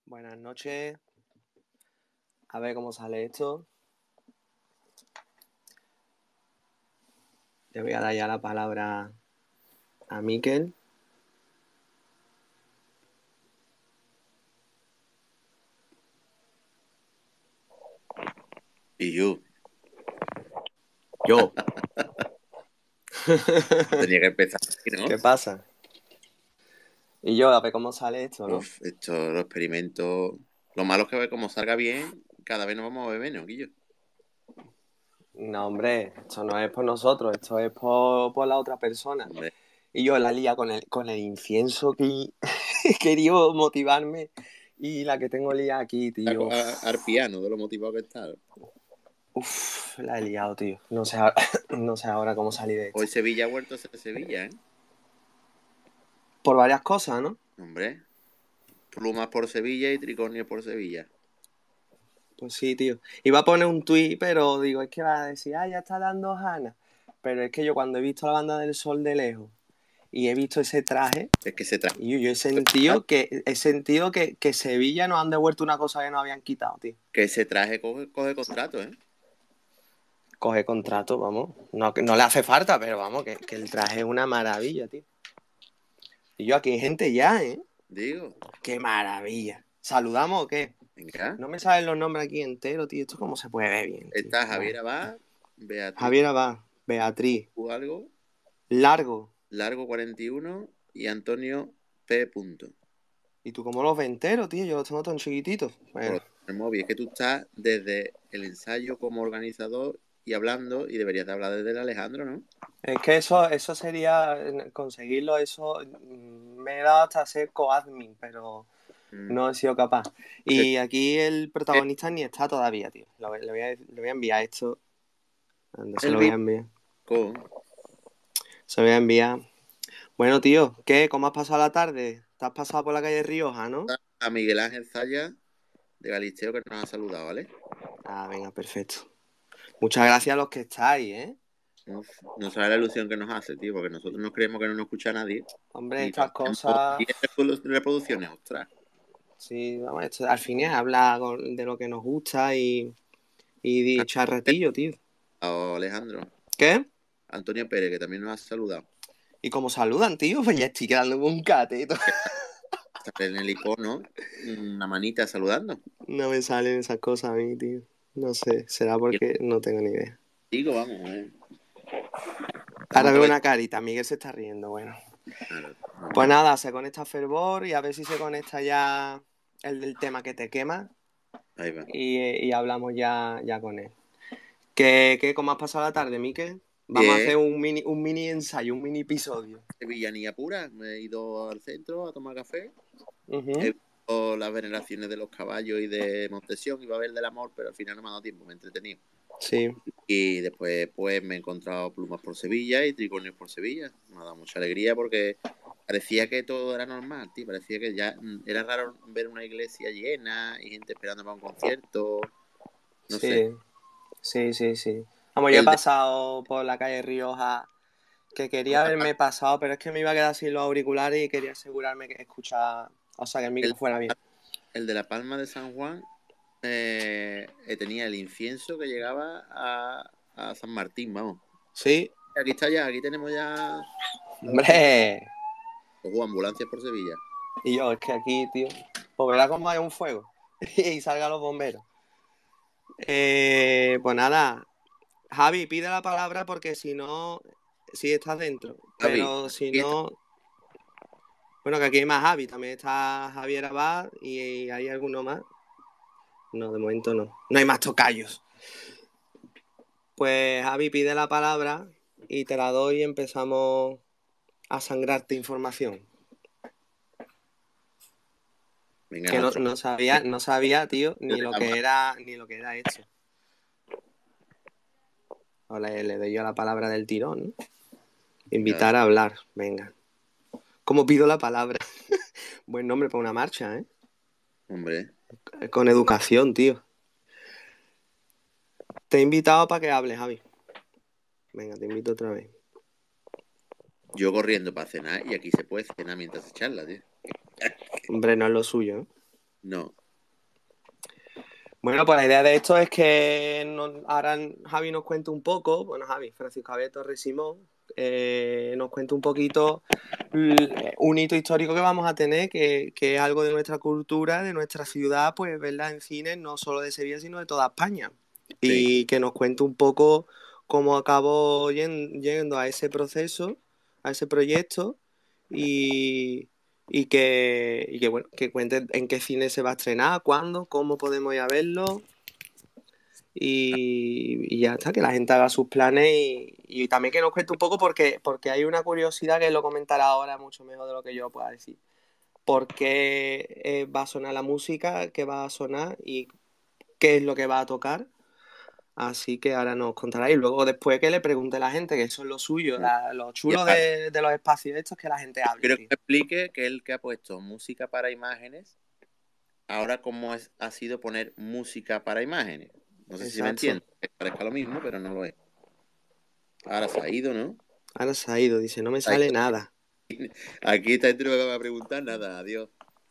Buenas noches. A ver cómo sale esto. Le voy a dar ya la palabra a Miquel. Y yo. Yo. Tenía que empezar así, ¿no? ¿Qué pasa? Y yo, a ver cómo sale esto, ¿no? Uf, esto lo experimento. Lo malo es que a ver cómo salga bien, cada vez nos vamos a ver menos, Guillo. No, hombre, esto no es por nosotros, esto es por la otra persona. Hombre, Y yo la lía con el incienso que he querido motivarme y la que tengo lía aquí, tío. al piano de lo motivado que está. Uf, la he liado, tío. No sé, no sé ahora cómo salir de Hoy esta. Sevilla ha vuelto a ser Sevilla, ¿eh? Por varias cosas, ¿no? Hombre, plumas por Sevilla y tricornios por Sevilla. Pues sí, tío. Iba a poner un tuit, pero digo, es que va a decir, ya está dando Hanna. Pero es que yo cuando he visto la banda del sol de lejos y he visto ese traje, Es que se trae. y yo he sentido que Sevilla nos han devuelto una cosa que nos habían quitado, tío. Que ese traje coge contrato, ¿eh? Coge contrato, vamos. No, no le hace falta, pero vamos, que el traje es una maravilla, tío. Y yo aquí hay gente ya, ¿eh? Digo, ¡Qué maravilla! ¿Saludamos o qué? venga. No me saben los nombres aquí enteros, tío. Esto cómo se puede ver bien, tío. Está Vale. Javier Abad, Beatriz Javier Abad, Beatriz, o algo, Largo. Largo 41 y Antonio P. Punto. ¿Y tú cómo los ves enteros, tío? Yo los tengo tan chiquititos. Por Bueno, el móvil. Es que tú estás desde el ensayo como organizador y hablando, y deberías de hablar desde el Alejandro, ¿no? es que eso sería conseguirlo, eso me he dado hasta ser coadmin, pero Mm. no he sido capaz. Se- Y aquí el protagonista ni está todavía, tío. Le voy a enviar esto. Anda, se El lo voy a enviar. Bitcoin. Se lo voy a enviar. Bueno, tío, ¿qué? ¿Cómo has pasado la tarde? Te has pasado por la calle Rioja, ¿no? A Miguel Ángel Zaya de Galisteo que nos ha saludado, ¿vale? Ah, venga, perfecto. Muchas gracias a los que estáis, ¿eh? Uf, no sabe la ilusión que nos hace, tío, porque nosotros nos creemos que no nos escucha nadie Hombre, y estas tenemos cosas... 10 reproducciones, ostras. Sí, vamos, esto, al fin es hablar de lo que nos gusta y echar ratillo, tío. Alejandro, ¿Qué? Antonio Pérez, que también nos ha saludado. ¿Y cómo saludan, tío? Pues ya estoy quedando con un cateto. Sale en el icono una manita saludando. No me salen esas cosas a mí, tío. No sé, será Y porque no tengo ni idea. digo, vamos, Ahora estamos veo otra vez. una carita, Miguel se está riendo, bueno. Claro, Pues normal. nada, se conecta Fervor y a ver si se conecta ya el del tema que te quema Ahí va. y hablamos ya con él. ¿Cómo has pasado la tarde, Miquel? Vamos a Bien, hacer un mini ensayo, un mini episodio. Sevillanía pura. Me he ido al centro a tomar café. He Ujú. visto las veneraciones de los caballos y de Montesión. Iba a ver el del amor, pero al final no me ha dado tiempo, me he entretenido. Sí, Y después pues me he encontrado plumas por Sevilla y tricornios por Sevilla. Me ha dado mucha alegría porque parecía que todo era normal, tío. Parecía que ya era raro ver una iglesia llena y gente esperando para un concierto. No sé. sí, sí. Vamos, yo he El de, pasado por la calle Rioja, que quería haberme pasado, pero es que me iba a quedar sin los auriculares y quería asegurarme que escuchaba, o sea, que el el, micro fuera bien. el de la Palma de San Juan tenía el incienso que llegaba a San Martín, vamos. Sí, Aquí está ya, aquí tenemos ya hombre. ambulancias por Sevilla. Y yo, es que aquí, tío, pues verá cómo hay un fuego y salgan los bomberos. Pues nada, Javi, pide la palabra porque si no, sí estás dentro. Javi, Pero si aquí está. no, bueno, que aquí hay más Javi, también está Javier Abad y hay alguno más. No, de momento no. No hay más tocayos. Pues Javi pide la palabra y te la doy y empezamos a sangrarte información. Venga, Que nuestro. no sabía, tío, ni lo que era esto. O le doy yo la palabra del tirón, ¿no? Venga, Invitar a hablar, venga. ¿Cómo pido la palabra? Buen nombre para una marcha, ¿eh? hombre, Con educación, tío. Te he invitado para que hables, Javi. Venga, te invito otra vez. yo corriendo para cenar y aquí se puede cenar mientras se charla, tío. Hombre, no es lo suyo, ¿eh? No. Bueno, pues la idea de esto es que ahora Javi nos cuente un poco, bueno, Javi, Francisco Javier Torres Simón, nos cuente un poquito un hito histórico que vamos a tener, que es algo de nuestra cultura, de nuestra ciudad, pues verla en cine, no solo de Sevilla, sino de toda España. Sí. Y que nos cuente un poco cómo acabó yendo a ese proceso, a ese proyecto, y, y que, bueno, que cuente en qué cine se va a estrenar, cuándo, cómo podemos ir a verlo y ya está, que la gente haga sus planes y también que nos cuente un poco porque hay una curiosidad que lo comentará ahora mucho mejor de lo que yo pueda decir. ¿Por qué va a sonar la música, qué va a sonar y qué es lo que va a tocar? Así que ahora nos contará y luego después que le pregunte a la gente, que eso es lo suyo, lo Y chulo aparte, de los espacios estos es que la gente hable, quiero que tío. me explique que el que ha puesto música para imágenes, ahora ha sido poner música para imágenes. No sé si me Exacto. entiende. Parezca lo mismo, pero no lo es. Ahora se ha ido, ¿no? Ahora se ha ido, dice, no me Se ha sale ido. nada. Aquí está gente no me va a preguntar nada. Adiós.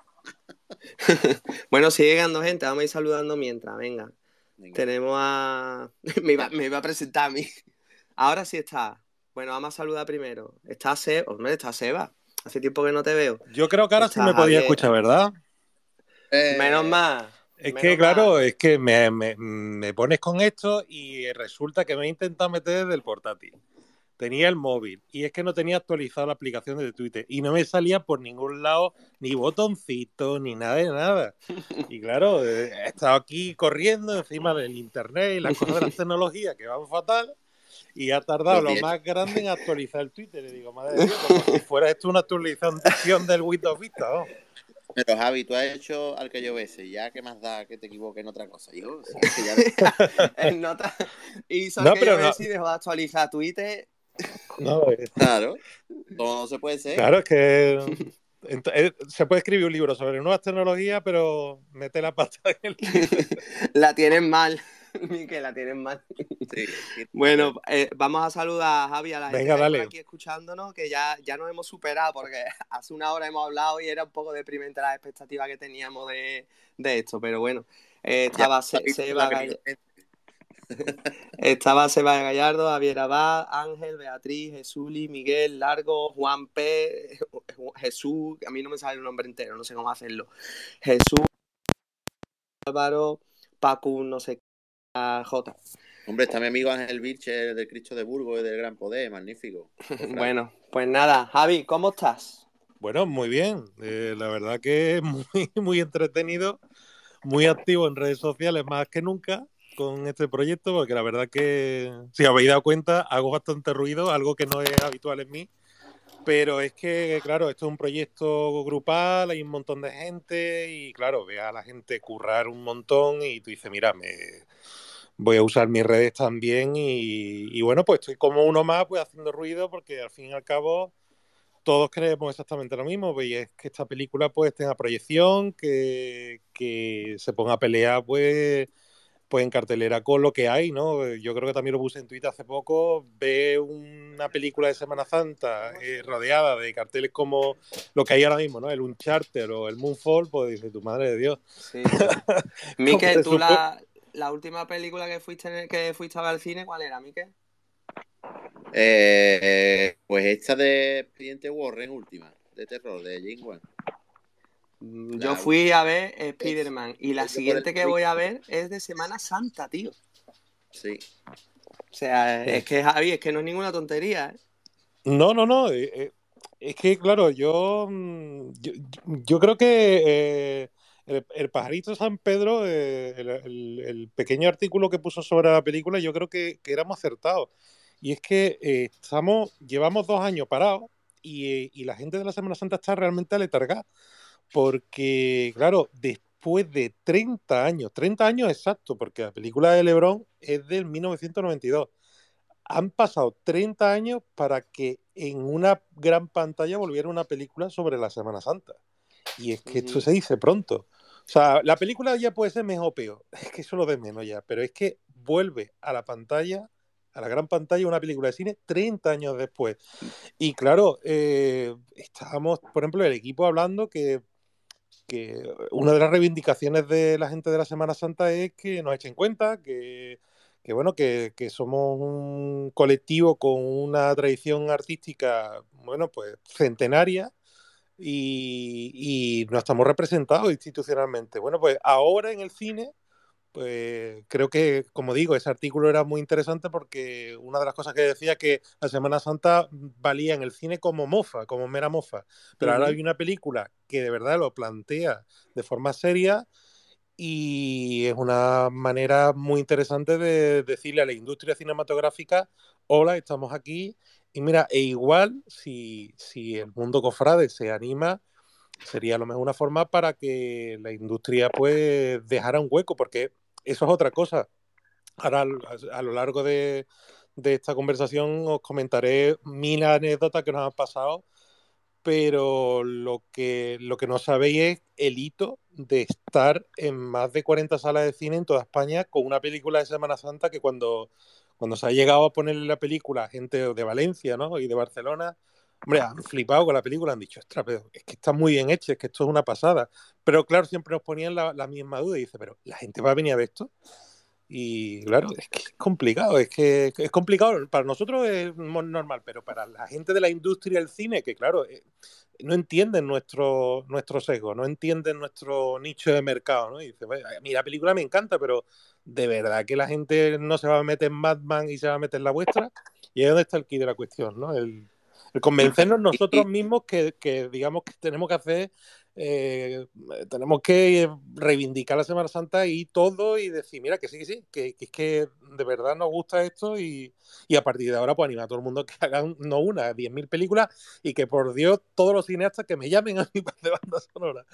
Bueno, sigue llegando gente, vamos a ir saludando mientras, venga. Venga. Tenemos a... Ya. me iba a presentar a mí. Ahora sí está. Bueno, vamos a saludar primero. Está Seba. Hombre, está Seba. Hace tiempo que no te veo. Yo creo que ahora sí Está me podía Javier. escuchar, ¿verdad? Menos Eh, mal. Es que, Menos claro, mal. es que me pones con esto y resulta que me he intentado meter desde el portátil. Tenía el móvil y es que no tenía actualizado la aplicación de Twitter y no me salía por ningún lado ni botoncito ni nada de nada. Y claro, he estado aquí corriendo encima del internet y las cosas de las tecnologías que van fatal y ha tardado los lo 10. más grande en actualizar el Twitter. Y digo, madre de Dios, como si fuera esto una actualización del Windows Vista, ¿no? Pero Javi, tú has hecho al que yo bese. Ya, ¿qué más da que te equivoques en otra cosa? Yo, si es que ya. El nota hizo el No, que yo pero ve no, si dejó de actualizar Twitter. no, Claro. Todo no se puede ser. claro, es que se puede escribir un libro sobre nuevas tecnologías, pero mete la pata en el Twitter. La tienen mal. Miquel, la tienen mal. Sí, sí, mal. Bueno, vamos a saludar a Javi, a la gente Venga, que hay por dale. aquí escuchándonos, que ya nos hemos superado porque hace una hora hemos hablado y era un poco deprimente la expectativa que teníamos de esto, pero bueno, Ya está visto la que estaba Seba Gallardo, Javier Abad, Ángel, Beatriz, Jesuli, Miguel, Largo, Juan P, Jesús, a mí no me sale el nombre entero, no sé cómo hacerlo, Jesús, Álvaro, Pacu, no sé, J. Hombre, está mi amigo Ángel Bircher del Cristo de Burgos y del Gran Poder, magnífico. Bueno, pues nada, Javi, ¿cómo estás? Bueno, muy bien. La verdad que es muy, muy entretenido, muy activo en redes sociales más que nunca con este proyecto, porque la verdad que, si habéis dado cuenta, hago bastante ruido, algo que no es habitual en mí. Pero es que, claro, esto es un proyecto grupal, hay un montón de gente y, claro, ve a la gente currar un montón y tú dices, mira, voy a usar mis redes también y bueno, pues estoy como uno más, pues haciendo ruido porque al fin y al cabo todos creemos exactamente lo mismo, pues, y es que esta película pues tenga proyección, que se ponga a pelear pues en cartelera con lo que hay, ¿no? Yo creo que también lo puse en Twitter hace poco, ve una película de Semana Santa rodeada de carteles como lo que hay ahora mismo, ¿no? El Uncharted o el Moonfall, pues dice, tu madre de Dios. Sí, sí. ¿Cómo Miquel, te tú supo? la última película que fuiste a ver al cine, ¿cuál era, Miquel? Pues esta de Expediente Warren, última, de terror, de James Wan. Yo La fui a ver es Spider-Man y la Volvió por el siguiente que Rick. voy a ver es de Semana Santa, tío. Sí. O sea, es que Javi, es que no es ninguna tontería, ¿eh? No, no, no. Es que, claro, yo creo que el pajarito San Pedro, el pequeño artículo que puso sobre la película, yo creo que éramos acertados. Y es que llevamos 2 años parados y la gente de la Semana Santa está realmente aletargada. Porque, claro, después de 30 años exacto, porque la película de LeBron es del 1992, han pasado 30 años para que en una gran pantalla volviera una película sobre la Semana Santa. Y es que esto Ujú. se dice pronto. O sea, la película ya puede ser mejor o peor, es que eso lo de menos ya, pero es que vuelve a la pantalla, a la gran pantalla, una película de cine 30 años después. Y claro, estábamos, por ejemplo, el equipo hablando que que una de las reivindicaciones de la gente de la Semana Santa es que nos echen cuenta, bueno, que somos un colectivo con una tradición artística, bueno, pues centenaria y no estamos representados institucionalmente. Bueno, pues ahora en el cine, pues creo que, como digo, ese artículo era muy interesante porque una de las cosas que decía es que la Semana Santa valía en el cine como mofa, como mera mofa, pero ahora hay una película que de verdad lo plantea de forma seria y es una manera muy interesante de decirle a la industria cinematográfica, hola, estamos aquí. Y mira, e igual si el mundo cofrade se anima, sería a lo mejor una forma para que la industria pues dejara un hueco, porque eso es otra cosa. Ahora, a lo largo de esta conversación os comentaré mil anécdotas que nos han pasado, pero lo que no sabéis es el hito de estar en más de 40 salas de cine en toda España con una película de Semana Santa que cuando se ha llegado a poner la película, gente de Valencia, ¿no? Y de Barcelona, hombre, han flipado con la película, han dicho, ostras, pero es que está muy bien hecha, es que esto es una pasada. Pero claro, siempre nos ponían la misma duda y dice, pero ¿la gente va a venir a ver esto? Y claro, es que es complicado, es que es complicado. Para nosotros es normal, pero para la gente de la industria del cine, que claro, no entienden nuestro sesgo, no entienden nuestro nicho de mercado, ¿no? Y dice, "Bueno, a mí la película me encanta, pero de verdad que la gente no se va a meter en Batman y se va a meter en la vuestra". Y ahí es donde está el quid de la cuestión, ¿no? El convencernos nosotros mismos que digamos que eh, tenemos que reivindicar la Semana Santa y todo y decir, mira, que sí, que es que de verdad nos gusta esto y a partir de ahora pues animar a todo el mundo a que hagan no una, 10.000 películas y que por Dios todos los cineastas que me llamen a mi de banda sonora.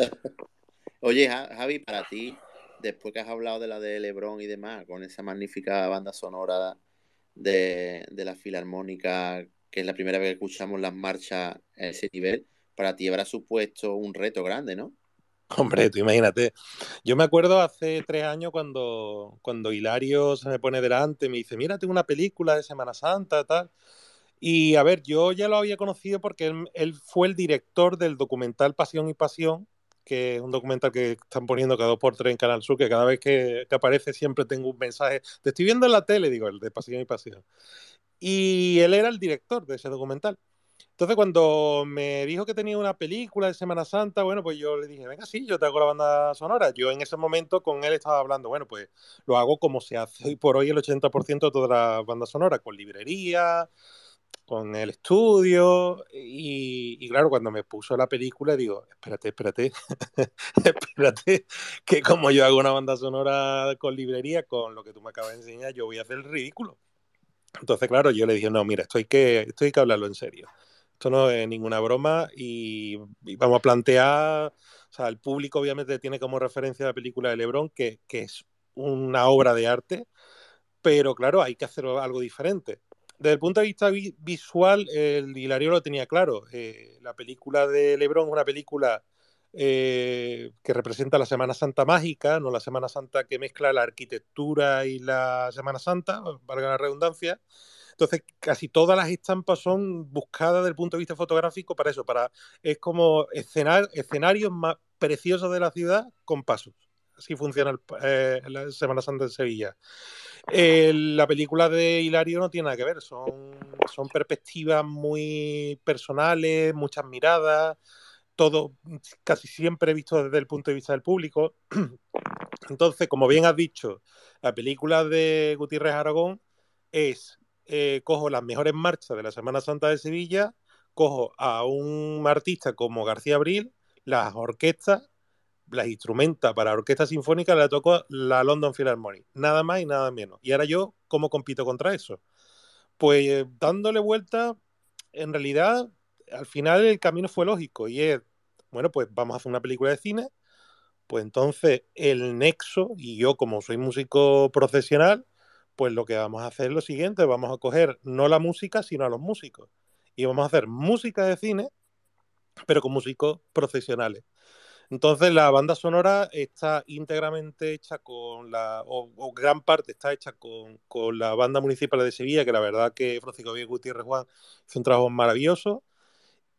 Oye, Javi, para ti, después que has hablado de la de LeBron y demás, con esa magnífica banda sonora de la Filarmónica, que es la primera vez que escuchamos las marchas a ese nivel, para ti habrá supuesto un reto grande, ¿no? Hombre, tú imagínate. Yo me acuerdo hace 3 años cuando Hilario se me pone delante y me dice, mira, tengo una película de Semana Santa, tal. Y a ver, yo ya lo había conocido porque él fue el director del documental Pasión y Pasión, que es un documental que están poniendo cada 2 por 3 en Canal Sur, que cada vez que aparece siempre tengo un mensaje, te estoy viendo en la tele, digo, el de Pasión y Pasión. Y él era el director de ese documental. Entonces, cuando me dijo que tenía una película de Semana Santa, bueno, pues yo le dije, venga, sí, yo te hago la banda sonora. Yo en ese momento con él estaba hablando, bueno, pues lo hago como se hace hoy por hoy el 80% de toda la banda sonora, con librería, con el estudio. Y claro, cuando me puso la película, digo, espérate, espérate, que como yo hago una banda sonora con librería, con lo que tú me acabas de enseñar, yo voy a hacer el ridículo. Entonces, claro, yo le dije, no, mira, esto hay que hablarlo en serio. Esto no es ninguna broma y vamos a plantear, o sea, el público obviamente tiene como referencia la película de LeBron, que es una obra de arte, pero claro, hay que hacer algo diferente. Desde el punto de vista visual, el Hilario lo tenía claro. La película de LeBron es una película que representa la Semana Santa mágica, no la Semana Santa que mezcla la arquitectura y la Semana Santa, valga la redundancia. Entonces, casi todas las estampas son buscadas desde el punto de vista fotográfico para eso, es como escenarios más preciosos de la ciudad con pasos. Así funciona la Semana Santa en Sevilla. La película de Hilario no tiene nada que ver, son perspectivas muy personales, muchas miradas, todo casi siempre visto desde el punto de vista del público. Entonces, como bien has dicho, la película de Gutiérrez Aragón es, cojo las mejores marchas de la Semana Santa de Sevilla, cojo a un artista como García Abril, las orquestas, las instrumentas para orquesta sinfónica, la toco la London Philharmonic, nada más y nada menos. Y ahora yo, ¿cómo compito contra eso? Pues dándole vuelta, en realidad, al final el camino fue lógico y es, bueno, pues vamos a hacer una película de cine, pues entonces el nexo, y yo como soy músico profesional, pues lo que vamos a hacer es lo siguiente, vamos a coger no la música, sino a los músicos. Y vamos a hacer música de cine, pero con músicos profesionales. Entonces la banda sonora está íntegramente hecha o gran parte está hecha con la banda municipal de Sevilla, que la verdad que Francisco Javier Gutiérrez Juan hizo un trabajo maravilloso.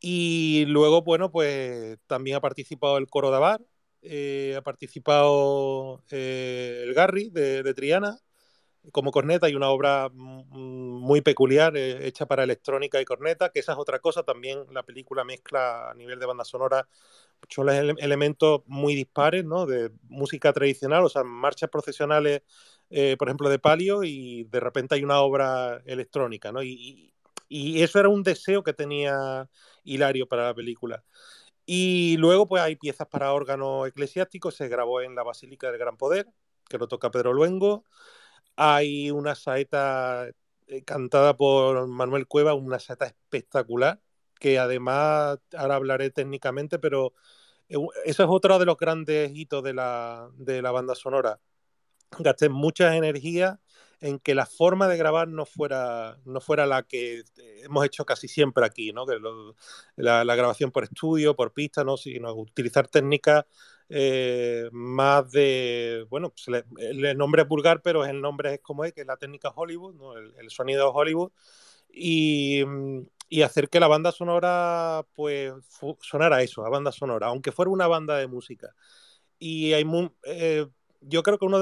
Y luego, bueno, pues también ha participado el coro de Abar, ha participado el Garry de Triana como corneta. Hay una obra muy peculiar hecha para electrónica y corneta, que esa es otra cosa. También la película mezcla a nivel de banda sonora muchos elementos muy dispares, ¿no? De música tradicional, o sea, marchas procesionales, por ejemplo, de palio, y de repente hay una obra electrónica, ¿no? Y eso era un deseo que tenía Hilario para la película. Y luego, pues hay piezas para órgano eclesiástico, se grabó en la Basílica del Gran Poder, que lo toca Pedro Luengo. Hay una saeta cantada por Manuel Cueva, una saeta espectacular, que además, ahora hablaré técnicamente, pero eso es otro de los grandes hitos de la banda sonora. Gasté muchas energías en que la forma de grabar no fuera la que hemos hecho casi siempre aquí, ¿no? Que la grabación por estudio, por pista, ¿no? Sino utilizar técnicas más de, bueno, pues el nombre es vulgar, pero el nombre es como es, que es la técnica Hollywood, ¿no? El sonido Hollywood, y, y hacer que la banda sonora pues sonara eso, a banda sonora, aunque fuera una banda de música. Y hay yo creo que uno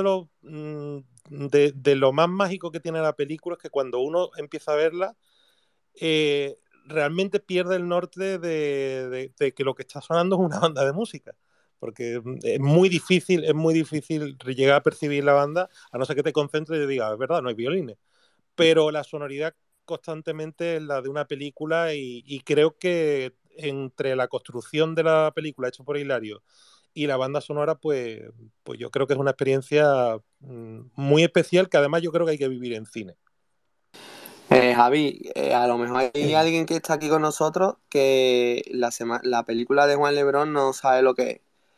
de lo más mágico que tiene la película es que cuando uno empieza a verla, realmente pierde el norte de que lo que está sonando es una banda de música. Porque es muy difícil llegar a percibir la banda, a no ser que te concentres y digas, es verdad, no hay violines. Pero la sonoridad constantemente es la de una película, y creo que entre la construcción de la película hecha por Hilario y la banda sonora, pues yo creo que es una experiencia muy especial, que además yo creo que hay que vivir en cine. Javi, a lo mejor hay alguien que está aquí con nosotros que la película de Juan Lebrón no sabe lo que es.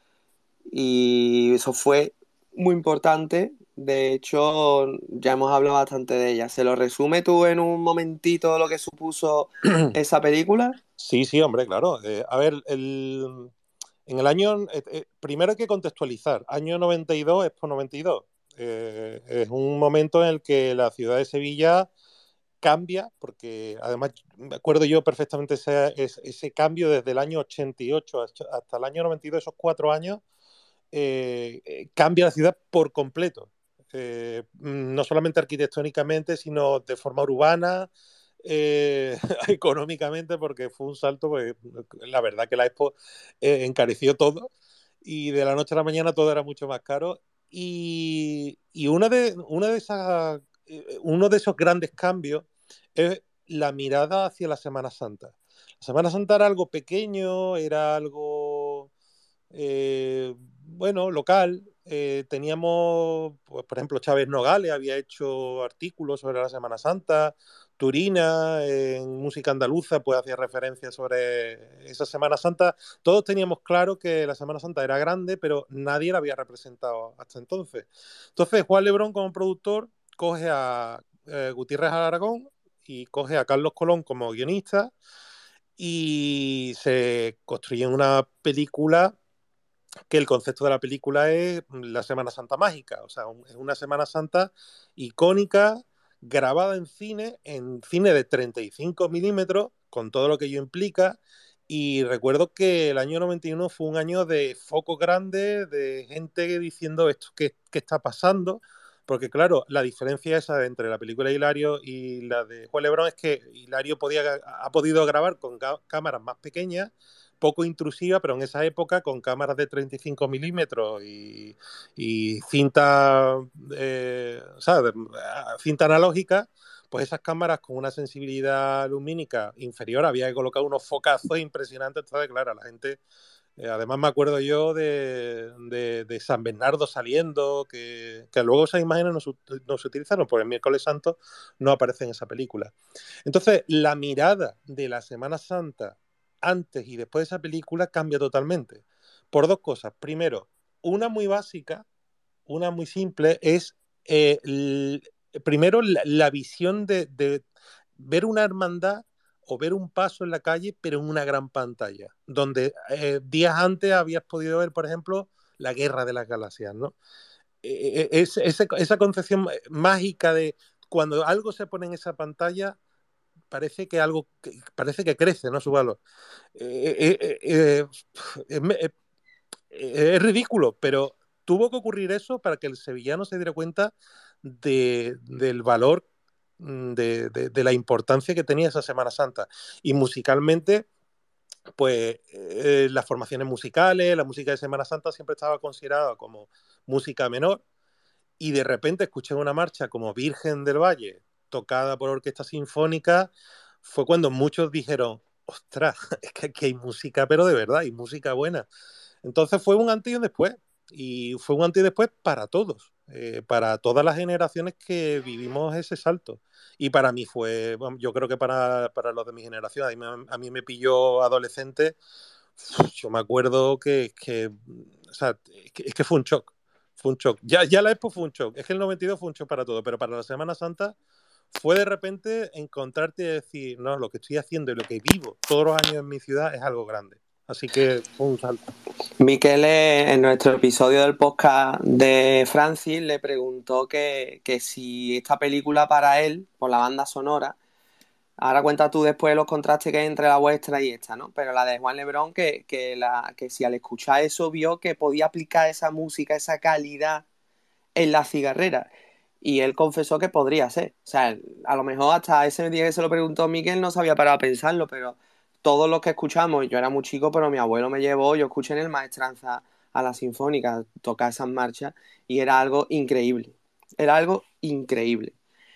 Y eso fue muy importante. De hecho, ya hemos hablado bastante de ella. ¿Se lo resume tú en un momentito lo que supuso esa película? Sí, sí, hombre, claro. A ver, en el año, primero hay que contextualizar. Año 92 es por 92. Es un momento en el que la ciudad de Sevilla cambia, porque además me acuerdo yo perfectamente ese cambio desde el año 88 hasta el año 92, esos 4 años, cambia la ciudad por completo. No solamente arquitectónicamente, sino de forma urbana, económicamente, porque fue un salto, pues, la verdad que la Expo encareció todo, y de la noche a la mañana todo era mucho más caro. Y uno de esos grandes cambios es la mirada hacia la Semana Santa. La Semana Santa era algo pequeño, era algo bueno, local. Teníamos, pues, por ejemplo, Chávez Nogales había hecho artículos sobre la Semana Santa. Turina, en música andaluza, pues hacía referencia sobre esa Semana Santa. Todos teníamos claro que la Semana Santa era grande, pero nadie la había representado hasta entonces. Entonces, Juan Lebrón, como productor, coge a Gutiérrez Aragón y coge a Carlos Colón como guionista, y se construye una película que el concepto de la película es la Semana Santa mágica. O sea, es una Semana Santa icónica, grabada en cine de 35 milímetros, con todo lo que ello implica. Y recuerdo que el año 91 fue un año de focos grandes, de gente diciendo esto, ¿qué está pasando? Porque claro, la diferencia esa entre la película de Hilario y la de Juan Lebrón es que Hilario ha podido grabar con cámaras más pequeñas, poco intrusiva, pero en esa época con cámaras de 35 milímetros y cinta, ¿sabes? Cinta analógica. Pues esas cámaras con una sensibilidad lumínica inferior había que colocar unos focazos impresionantes. Entonces, claro, la gente... además me acuerdo yo de San Bernardo saliendo, que luego esas imágenes no se utilizaron, porque el Miércoles Santo no aparece en esa película. Entonces, la mirada de la Semana Santa antes y después de esa película cambia totalmente. Por dos cosas. Primero, una muy básica, una muy simple, es primero la visión de ver una hermandad o ver un paso en la calle, pero en una gran pantalla, donde días antes habías podido ver, por ejemplo, la Guerra de las Galaxias, ¿no? Esa concepción mágica de cuando algo se pone en esa pantalla, parece que algo parece que crece, ¿no? Su valor. Es es ridículo, pero tuvo que ocurrir eso para que el sevillano se diera cuenta del valor, de la importancia que tenía esa Semana Santa. Y musicalmente, pues las formaciones musicales, la música de Semana Santa siempre estaba considerada como música menor, y de repente escuché una marcha como Virgen del Valle, tocada por orquesta sinfónica. Fue cuando muchos dijeron, ostras, es que aquí hay música, pero de verdad, hay música buena. Entonces fue un antes y un después. Y fue un antes y después para todos, para todas las generaciones que vivimos ese salto. Y para mí fue, bueno, yo creo que para los de mi generación, a mí me pilló adolescente. Yo me acuerdo o sea, es que fue un shock. Fue un shock. Ya la Expo fue un shock. Es que el 92 fue un shock para todo, pero para la Semana Santa fue de repente encontrarte y decir, no, lo que estoy haciendo y lo que vivo todos los años en mi ciudad es algo grande. Así que fue un salto. Miquel, en nuestro episodio del podcast de Francis, le preguntó que si esta película para él, por la banda sonora, ahora cuenta tú después los contrastes que hay entre la vuestra y esta, ¿no? Pero la de Juan Lebrón, que si al escuchar eso vio que podía aplicar esa música, esa calidad en la cigarrera. Y él confesó que podría ser. O sea, a lo mejor hasta ese día que se lo preguntó Miquel no se había parado a pensarlo, pero todos los que escuchamos, yo era muy chico, pero mi abuelo me llevó, yo escuché en el Maestranza a la Sinfónica tocar esas marchas y era algo increíble. Era algo increíble.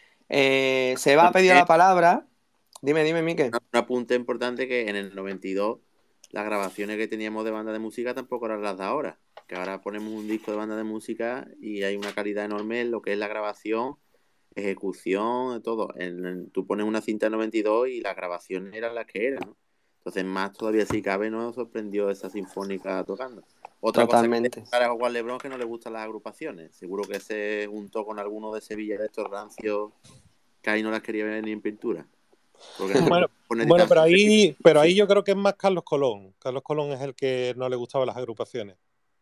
Seba ha pedido la palabra. Dime, Miquel. Un apunte importante, que en el 92 las grabaciones que teníamos de banda de música tampoco eran las de ahora, que ahora ponemos un disco de banda de música y hay una calidad enorme en lo que es la grabación, ejecución, de todo. Tú pones una cinta de 92 y las grabaciones eran las que eran, ¿no? Entonces, más todavía, si cabe, nos sorprendió esa sinfónica tocando. Otra Totalmente. cosa que para Juan Lebrón, que no le gustan las agrupaciones. Seguro que se juntó con alguno de Sevilla, de estos rancios, que ahí no las quería ver ni en pintura. Bueno, pero ahí yo creo que es más Carlos Colón. Carlos Colón es el que no le gustaban las agrupaciones.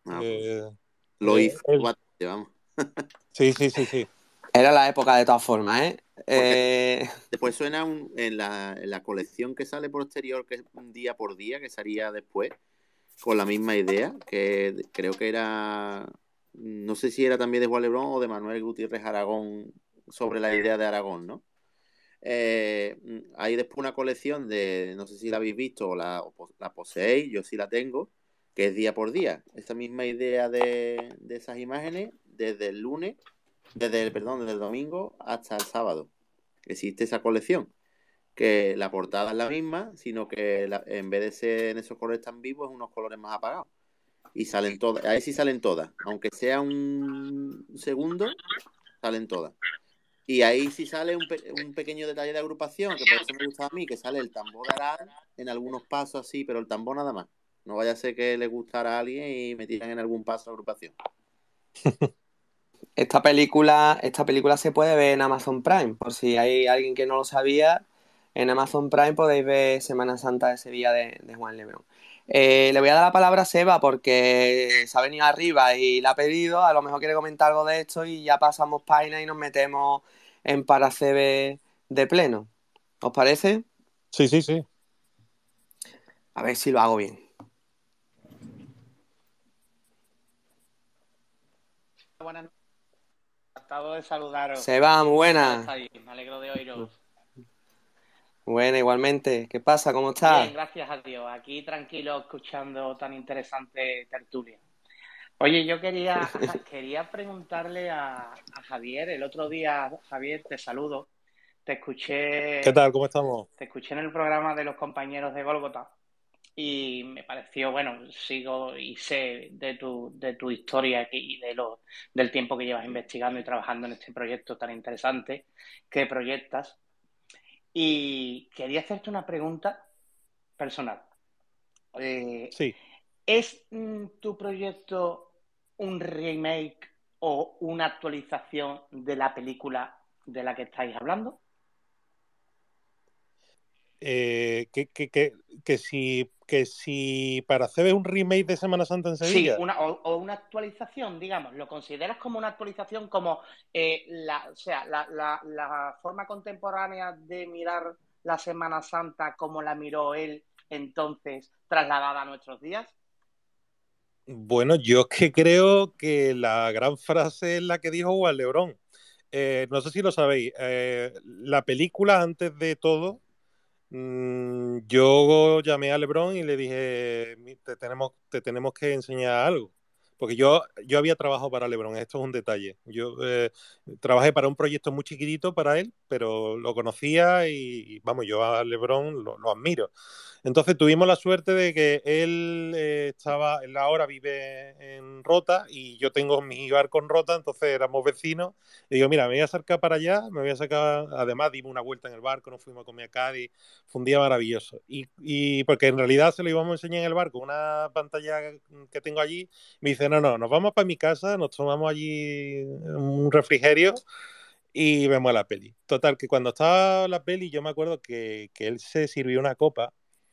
Lo hizo bastante, vamos. Sí. Era la época de todas formas, ¿eh? Después suena en la colección que sale posterior, que es un día por día, que salía después, con la misma idea, que creo que era, no sé si era también de Juan Lebrón o de Manuel Gutiérrez Aragón, sobre la idea de Aragón, ¿no? Hay después una colección de, no sé si la habéis visto o la poseéis, yo sí la tengo, que es día por día. Esa misma idea de esas imágenes, desde el domingo hasta el sábado. Existe esa colección, que la portada es la misma, sino que en vez de ser en esos colores tan vivos, es unos colores más apagados. Y salen todas, ahí sí salen todas, aunque sea un segundo, salen todas. Y ahí sí sale un pequeño detalle de agrupación, que por eso me gusta a mí, que sale el tambor de Arán en algunos pasos así, pero el tambor nada más. No vaya a ser que le gustara a alguien y me tiran en algún paso la agrupación. Esta película se puede ver en Amazon Prime, por si hay alguien que no lo sabía. En Amazon Prime podéis ver Semana Santa de Sevilla de Juan Lebrón. Le voy a dar la palabra a Seba porque se ha venido arriba y la ha pedido. A lo mejor quiere comentar algo de esto y ya pasamos página y nos metemos en Paracebe de pleno. ¿Os parece? Sí. A ver si lo hago bien. Buenas noches. Encantado de saludaros. Seba, muy buena. Me alegro de oíros. Buena, igualmente. ¿Qué pasa? ¿Cómo estás? Bien, gracias a Dios. Aquí tranquilo, escuchando tan interesante tertulia. Oye, yo quería preguntarle a Javier. El otro día, Javier, te saludo. Te escuché. ¿Qué tal? ¿Cómo estamos? Te escuché en el programa de los compañeros de Gólgota y me pareció, bueno, sigo y sé de tu historia y del tiempo que llevas investigando y trabajando en este proyecto tan interesante que proyectas. Y quería hacerte una pregunta personal. Sí. ¿Es tu proyecto un remake o una actualización de la película de la que estáis hablando? Que si Paracebe es un remake de Semana Santa en Sevilla. Sí, una actualización, digamos. ¿Lo consideras como una actualización, como la forma contemporánea de mirar la Semana Santa como la miró él entonces, trasladada a nuestros días? Bueno, yo es que creo que la gran frase es la que dijo Juan Lebrón. No sé si lo sabéis. La película, antes de todo, yo llamé a LeBron y le dije, te tenemos que enseñar algo. Porque yo había trabajado para LeBron, esto es un detalle. Yo trabajé para un proyecto muy chiquitito para él, pero lo conocía y vamos, yo a LeBron lo admiro. Entonces tuvimos la suerte de que él ahora vive en Rota y yo tengo mi barco en Rota, entonces éramos vecinos. Y digo, mira, me voy a acercar para allá, me voy a sacar, además dimos una vuelta en el barco, nos fuimos a comer a Cádiz, fue un día maravilloso. Y porque en realidad se lo íbamos a enseñar en el barco, una pantalla que tengo allí, me dice, no, nos vamos para mi casa, nos tomamos allí un refrigerio y vemos la peli. Total, que cuando estaba la peli yo me acuerdo que él se sirvió una copa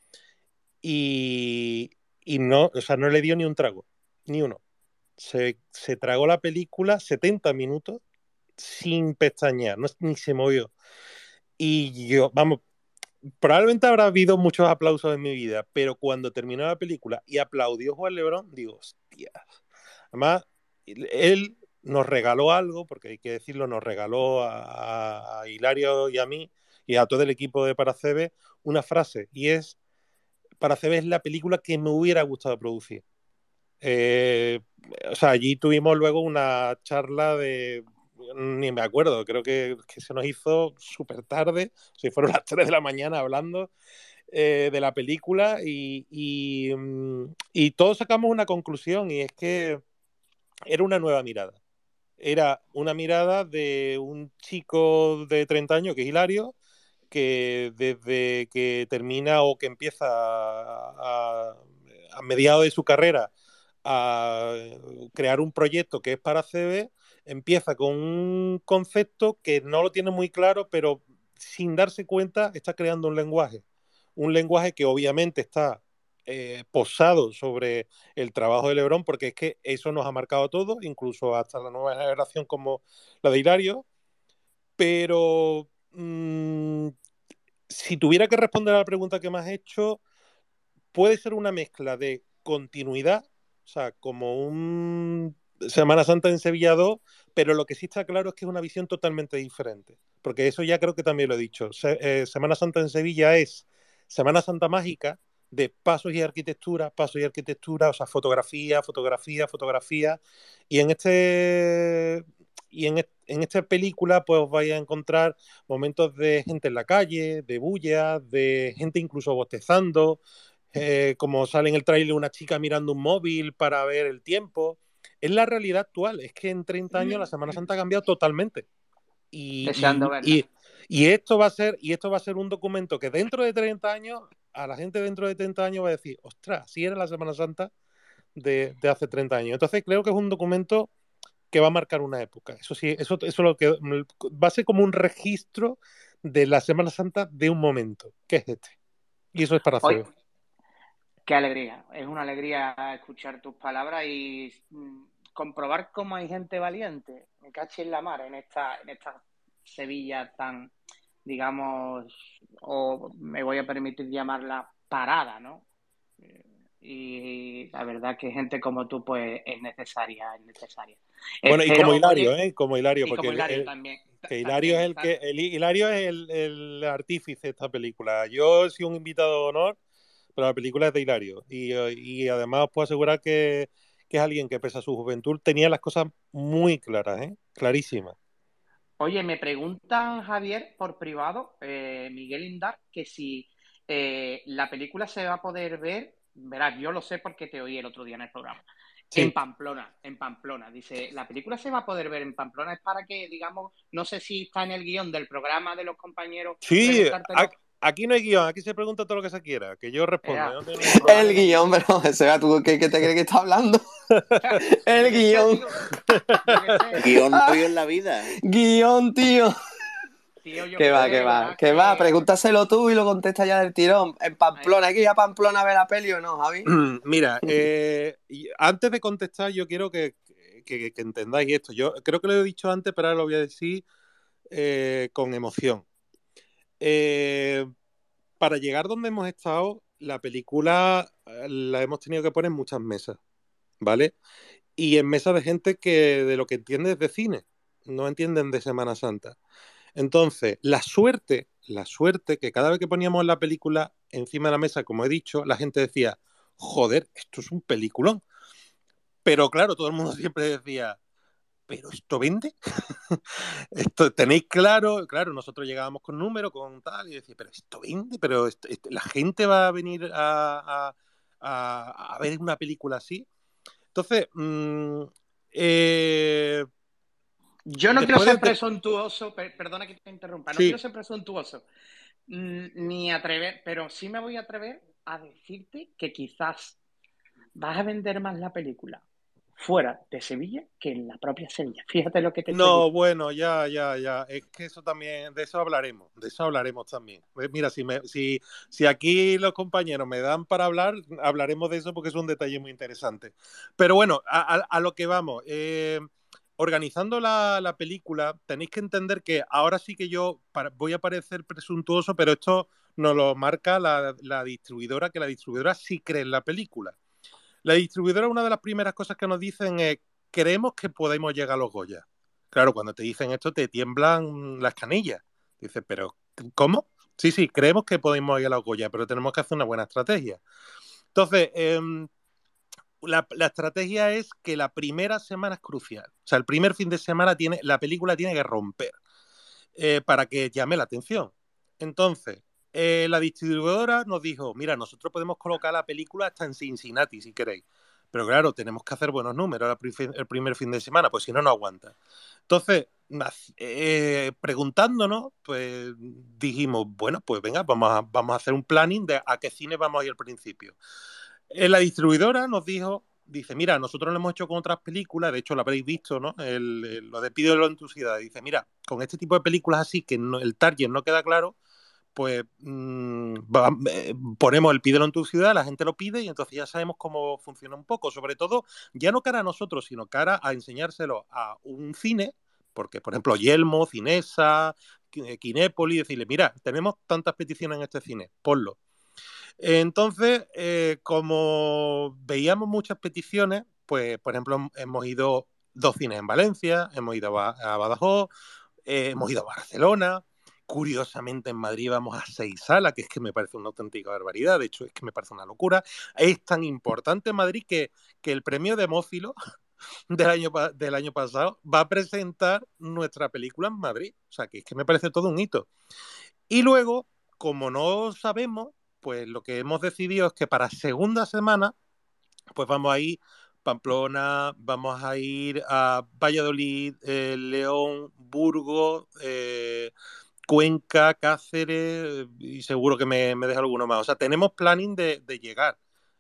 y, y no, o sea, no le dio ni un trago, ni uno. Se tragó la película 70 minutos sin pestañear, no, ni se movió. Y yo, vamos, probablemente habrá habido muchos aplausos en mi vida, pero cuando terminó la película y aplaudió Juan Lebrón, digo, hostia. Además, él nos regaló algo, porque hay que decirlo, nos regaló a Hilario y a mí y a todo el equipo de Paracebe una frase, y es, Paracebe es la película que me hubiera gustado producir. Eh, o sea, allí tuvimos luego una charla de, ni me acuerdo, creo que se nos hizo súper tarde, o sea, fueron las 3 de la mañana hablando de la película y todos sacamos una conclusión y es que era una nueva mirada. Era una mirada de un chico de 30 años, que es Hilario, que desde que termina o que empieza a mediados de su carrera a crear un proyecto que es para CB, empieza con un concepto que no lo tiene muy claro, pero sin darse cuenta está creando un lenguaje que obviamente está posado sobre el trabajo de LeBron, porque es que eso nos ha marcado a todos, incluso hasta la nueva generación como la de Hilario, pero si tuviera que responder a la pregunta que me has hecho, puede ser una mezcla de continuidad, o sea, como un Semana Santa en Sevilla 2, pero lo que sí está claro es que es una visión totalmente diferente, porque eso ya creo que también lo he dicho. Semana Santa en Sevilla es Semana Santa mágica de pasos y arquitectura, o sea, fotografía, fotografía, fotografía, y en esta película pues os vais a encontrar momentos de gente en la calle, de bulla, de gente incluso bostezando, como sale en el tráiler una chica mirando un móvil para ver el tiempo. Es la realidad actual, es que en 30 años la Semana Santa ha cambiado totalmente. Y, Deseando y, verla. esto va a ser un documento que dentro de 30 años, a la gente dentro de 30 años va a decir, ostras, sí era la Semana Santa de hace 30 años. Entonces creo que es un documento que va a marcar una época. Eso sí, eso lo que va a ser como un registro de la Semana Santa de un momento, que es este. Y eso es para Hoy, hacer. qué alegría. Es una alegría escuchar tus palabras y comprobar cómo hay gente valiente. Me caché en la mar en esta Sevilla tan, digamos, o me voy a permitir llamarla parada, ¿no? Y la verdad que gente como tú, pues, es necesaria, es necesaria. Bueno, y como Espero, Hilario, oye, ¿eh? Como Hilario, y porque como Hilario también, que Hilario es también, el que Hilario es el artífice de esta película. Yo he sido un invitado de honor, pero la película es de Hilario. Y además os puedo asegurar que es alguien que, pese a su juventud, tenía las cosas muy claras, ¿eh? Clarísimas. Oye, me preguntan, Javier, por privado, Miguel Indar, que si la película se va a poder ver, verás, yo lo sé porque te oí el otro día en el programa, Sí. En Pamplona. Dice, la película se va a poder ver en Pamplona, es para que, digamos, no sé si está en el guión del programa de los compañeros, Sí, preguntártelo. aquí no hay guión, aquí se pregunta todo lo que se quiera, que yo respondo, yo no tengo ningún El problema. guión, pero Seba, ¿tú qué te crees que está hablando? El Yo qué sé, guión. digo, yo qué sé. Guión no vio en la vida. Guión, tío. Tío, yo Que qué va, sé, que va, verás que va. que... Pregúntaselo tú y lo contesta ya del tirón. En Pamplona, ¿hay que ir a Pamplona a ver la peli o no, Javi? Mira, y antes de contestar, yo quiero que entendáis esto. Yo creo que lo he dicho antes, pero ahora lo voy a decir con emoción. para llegar donde hemos estado, la película la hemos tenido que poner en muchas mesas, ¿vale? Y en mesas de gente que de lo que entiende es de cine, no entienden de Semana Santa. Entonces, la suerte que cada vez que poníamos la película encima de la mesa, como he dicho, la gente decía, joder, esto es un peliculón. Pero claro, todo el mundo siempre decía, ¿pero esto vende? Esto tenéis claro, claro, nosotros llegábamos con números, con tal, y decía, pero esto vende, pero la gente va a venir a ver una película así. Entonces, Yo no quiero después ser de... presuntuoso, perdona que te interrumpa, no quiero Sí, ser presuntuoso, ni atrever, pero sí me voy a atrever a decirte que quizás vas a vender más la película fuera de Sevilla que en la propia Sevilla. Fíjate lo que te estoy no, diciendo. bueno, ya. Es que eso también, de eso hablaremos también. Mira, si aquí los compañeros me dan para hablar, hablaremos de eso porque es un detalle muy interesante. Pero bueno, a lo que vamos. Organizando la película, tenéis que entender que ahora sí que voy a parecer presuntuoso, pero esto nos lo marca la distribuidora, que la distribuidora sí cree en la película. La distribuidora, una de las primeras cosas que nos dicen es, creemos que podemos llegar a los Goya. Claro, cuando te dicen esto te tiemblan las canillas. Dices, pero ¿cómo? Sí, sí, creemos que podemos ir a los Goya, pero tenemos que hacer una buena estrategia. Entonces, la estrategia es que la primera semana es crucial. O sea, el primer fin de semana la película tiene que romper para que llame la atención. Entonces, la distribuidora nos dijo, mira, nosotros podemos colocar la película hasta en Cincinnati si queréis. Pero claro, tenemos que hacer buenos números el primer fin de semana, pues si no, no aguanta. Entonces, preguntándonos, pues dijimos, bueno, pues venga, vamos a hacer un planning de a qué cine vamos a ir al principio. La distribuidora nos dice, mira, nosotros lo hemos hecho con otras películas, de hecho lo habréis visto, ¿no? Lo de Pídelo en tu ciudad. Dice, mira, con este tipo de películas así que el target no queda claro, pues ponemos el Pídelo en tu ciudad, la gente lo pide y entonces ya sabemos cómo funciona un poco. Sobre todo, ya no cara a nosotros, sino cara a enseñárselo a un cine, porque, por ejemplo, Yelmo, Cinesa, Kinépolis, decirle, mira, tenemos tantas peticiones en este cine, ponlo. Entonces, como veíamos muchas peticiones, pues, por ejemplo, hemos ido 2 cines en Valencia, hemos ido a Badajoz, hemos ido a Barcelona. Curiosamente, en Madrid vamos a 6 salas, que es que me parece una auténtica barbaridad. De hecho, es que me parece una locura. Es tan importante Madrid que el premio de Mófilo del año pasado va a presentar nuestra película en Madrid. O sea, que es que me parece todo un hito. Y luego, como no sabemos, pues lo que hemos decidido es que para segunda semana, pues vamos a ir Pamplona, vamos a ir a Valladolid, León, Burgos, Cuenca, Cáceres, y seguro que me deja alguno más. O sea, tenemos planning de llegar.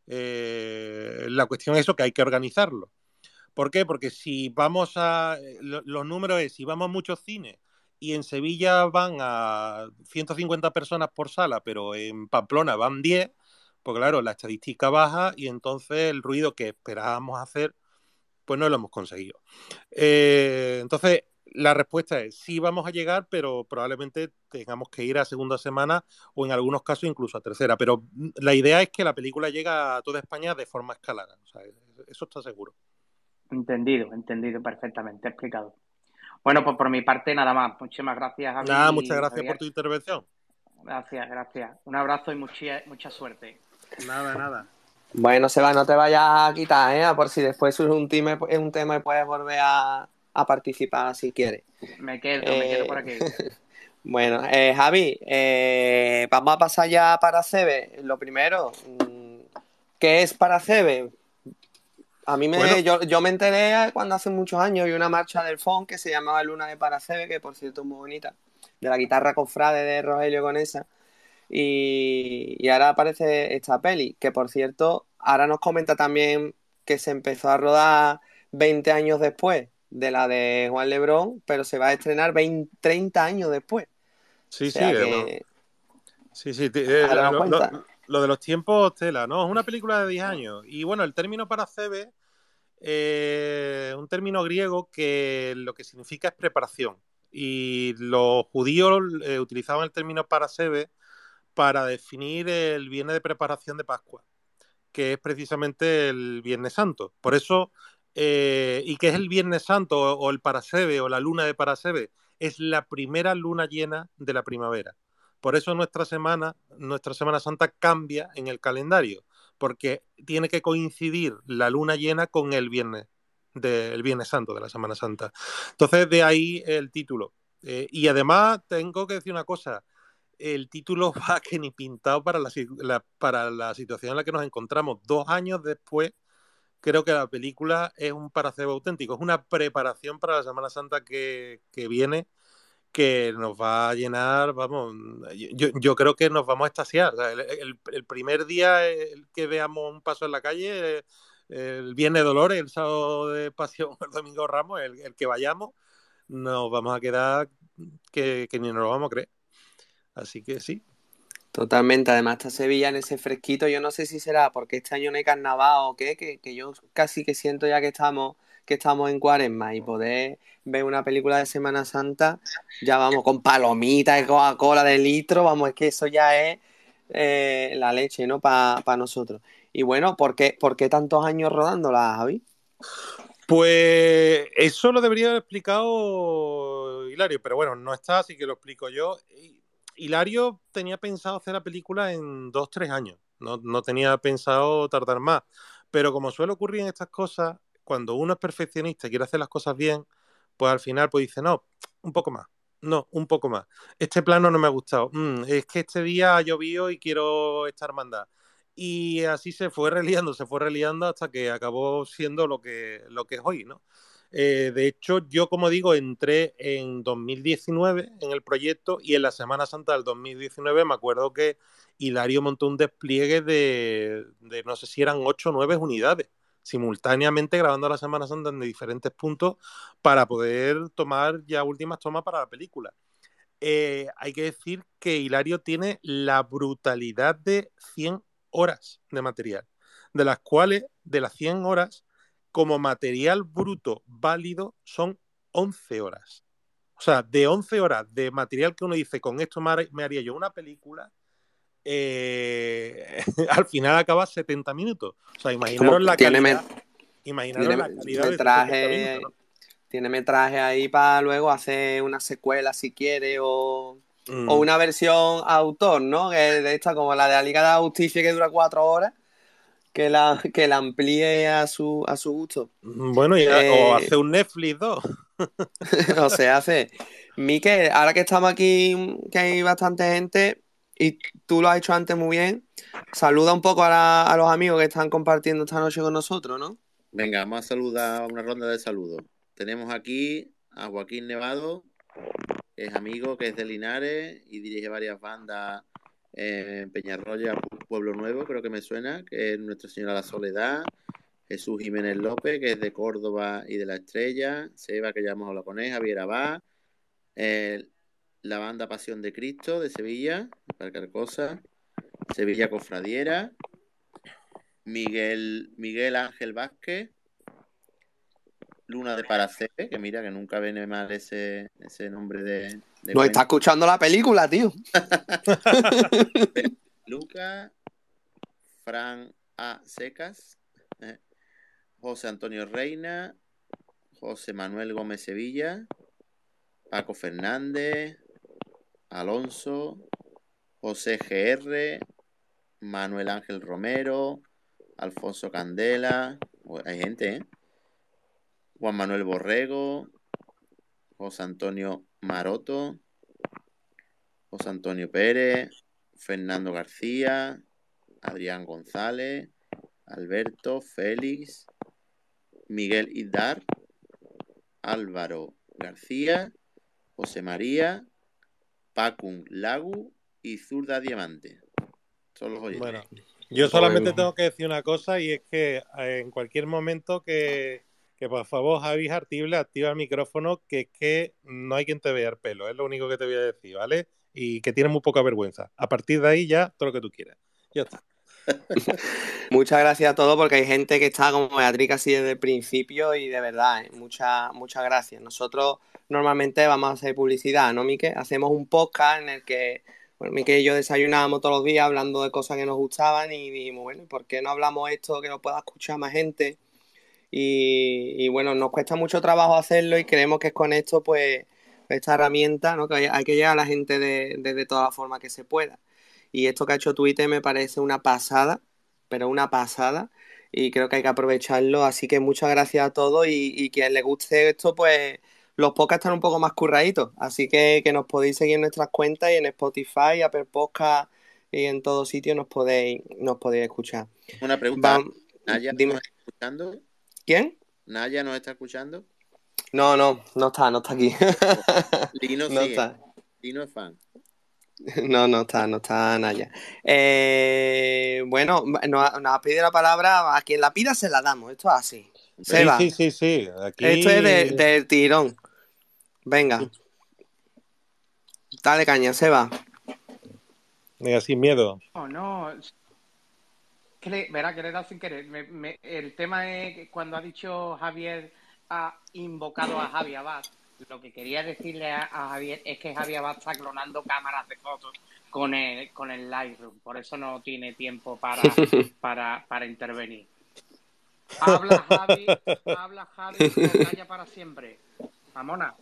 La cuestión es eso, que hay que organizarlo. ¿Por qué? Porque si vamos los números es, si vamos a muchos cines y en Sevilla van a 150 personas por sala, pero en Pamplona van 10, pues claro, la estadística baja y entonces el ruido que esperábamos hacer, pues no lo hemos conseguido. Entonces, la respuesta es, sí vamos a llegar, pero probablemente tengamos que ir a segunda semana o en algunos casos incluso a tercera. Pero la idea es que la película llega a toda España de forma escalada. O sea, eso está seguro. Entendido perfectamente, explicado. Bueno, pues por mi parte nada más. Muchísimas gracias, Nada, muchas Javi y gracias por Javier. tu intervención. Gracias. Un abrazo y mucha suerte. Nada. Bueno, Seba, no te vayas a quitar, ¿eh? Por si después surge un tema y puedes volver a participar si quieres. Me quedo por aquí. Bueno, Javi, vamos a pasar ya para CEBE. Lo primero, ¿qué es para CEBE? Bueno, yo me enteré cuando hace muchos años vi una marcha del FON que se llamaba Luna de Paracebe, que por cierto es muy bonita, de la guitarra cofrade de Rogelio Conesa. Y ahora aparece esta peli, que por cierto, ahora nos comenta también que se empezó a rodar 20 años después de la de Juan Lebrón, pero se va a estrenar 30 años después. O sí, sea que, sí, ahora nos cuenta. lo de los tiempos, tela, ¿no? Es una película de 10 años. Y bueno, el término para CB un término griego que lo que significa es preparación. Y los judíos utilizaban el término parasebe para definir el viernes de preparación de Pascua, que es precisamente el Viernes Santo. Por eso, ¿y qué es el Viernes Santo o el Parasebe o la luna de Parasebe? Es la primera luna llena de la primavera. Por eso nuestra Semana Santa cambia en el calendario, porque tiene que coincidir la luna llena con el Viernes Santo de la Semana Santa. Entonces, de ahí el título. Y además, tengo que decir una cosa, el título va que ni pintado para la situación en la que nos encontramos. 2 años después, creo que la película es un paracebo auténtico, es una preparación para la Semana Santa que viene, que nos va a llenar, vamos, yo creo que nos vamos a extasiar. O sea, el primer día que veamos un paso en la calle, el Viernes de Dolores, el sábado de Pasión, el Domingo Ramos, el que vayamos, nos vamos a quedar que ni nos lo vamos a creer. Así que sí. Totalmente, además está Sevilla en ese fresquito, yo no sé si será porque este año no hay carnaval o qué, que yo casi que siento ya que estamos en Cuaresma y poder ver una película de Semana Santa, ya vamos con palomitas y Coca-Cola de litro, vamos, es que eso ya es la leche, ¿no? Para nosotros. Y bueno, ¿por qué tantos años rodándola, Javi? Pues eso lo debería haber explicado Hilario, pero bueno, no está, así que lo explico yo. Hilario tenía pensado hacer la película en 2, 3 años, no tenía pensado tardar más, pero como suele ocurrir en estas cosas, cuando uno es perfeccionista y quiere hacer las cosas bien, pues al final pues dice, no, un poco más, no, un poco más. Este plano no me ha gustado, es que este día ha llovido y quiero esta hermandad. Y así se fue reliando hasta que acabó siendo lo que es hoy, ¿no? De hecho, yo, como digo, entré en 2019 en el proyecto y en la Semana Santa del 2019 me acuerdo que Hilario montó un despliegue de no sé si eran 8 o 9 unidades, simultáneamente grabando la Semana Santa en diferentes puntos para poder tomar ya últimas tomas para la película. Hay que decir que Hilario tiene la brutalidad de 100 horas de material, de las cuales, de las 100 horas, como material bruto válido, son 11 horas. O sea, de 11 horas de material que uno dice, con esto me haría yo una película, al final acaba 70 minutos. O sea, imaginaros la Tiene, calidad, imaginaros la calidad de esos 70 minutos, metraje, ¿no? tiene metraje ahí para luego hacer una secuela si quiere o una versión autor, ¿no? De esta como la de la Liga de la Justicia que dura 4 horas, que la amplíe a su gusto. Bueno, o hace un Netflix 2. O sea, Miquel, ahora que estamos aquí, que hay bastante gente y tú lo has hecho antes muy bien, saluda un poco a los amigos que están compartiendo esta noche con nosotros, ¿no? Venga, vamos a saludar, una ronda de saludos. Tenemos aquí a Joaquín Nevado, que es amigo, que es de Linares y dirige varias bandas en Peñarroya, Pueblo Nuevo, creo que me suena, que es Nuestra Señora de la Soledad. Jesús Jiménez López, que es de Córdoba y de La Estrella. Seba, que ya hemos hablado con él. Javier Abad. La banda Pasión de Cristo de Sevilla, para Carcosa. Sevilla Cofradiera. Miguel Ángel Vázquez. Luna de Paracebe, que mira que nunca viene mal ese nombre de Nos está escuchando la película, tío. Lucas, Fran A. Secas, José Antonio Reina, José Manuel Gómez Sevilla, Paco Fernández, Alonso, José GR, Manuel Ángel Romero, Alfonso Candela, hay gente, Juan Manuel Borrego, José Antonio Maroto, José Antonio Pérez, Fernando García, Adrián González, Alberto, Félix, Miguel Idar, Álvaro García, José María, Pacun Lagu y Zurda Diamante. Son los oyentes. Bueno, yo solamente tengo que decir una cosa y es que en cualquier momento que por favor Javi Artible activa el micrófono, que es que no hay quien te vea el pelo, es lo único que te voy a decir, ¿vale? Y que tienes muy poca vergüenza. A partir de ahí ya todo lo que tú quieras. Ya está. Muchas gracias a todos porque hay gente que está como Beatriz así desde el principio y de verdad, muchas gracias. Nosotros normalmente vamos a hacer publicidad, ¿no, Mique? Hacemos un podcast en el que, bueno, Mique y yo desayunábamos todos los días hablando de cosas que nos gustaban y dijimos, bueno, ¿por qué no hablamos esto que lo pueda escuchar más gente? Y bueno, nos cuesta mucho trabajo hacerlo y creemos que es con esto, pues, esta herramienta, ¿no? Que hay que llegar a la gente de toda la forma que se pueda. Y esto que ha hecho Twitter me parece una pasada, pero una pasada, y creo que hay que aprovecharlo. Así que muchas gracias a todos y quien le guste esto, pues los podcasts están un poco más curraditos. Así que nos podéis seguir en nuestras cuentas y en Spotify, Apple Podcast y en todos sitios nos podéis escuchar. Una pregunta, ¿Naya nos Dime, está escuchando? ¿quién? ¿Naya nos está escuchando? No está aquí. Lino No sí, está. Lino es fan. No está Naya. Bueno, nos ha pedido la palabra, a quien la pida se la damos, esto es así. Hombre, Seba, Sí. esto es Aquí, del tirón. Venga, dale caña, Seba. venga, sin miedo. No, verá que le he dado sin querer. El tema es que cuando ha dicho Javier, ha invocado a Javier Abad, lo que quería decirle a Javier es que Javier Abad está clonando cámaras de fotos con el Lightroom. Por eso no tiene tiempo para intervenir. Habla Javi o calla para siempre. Mamona.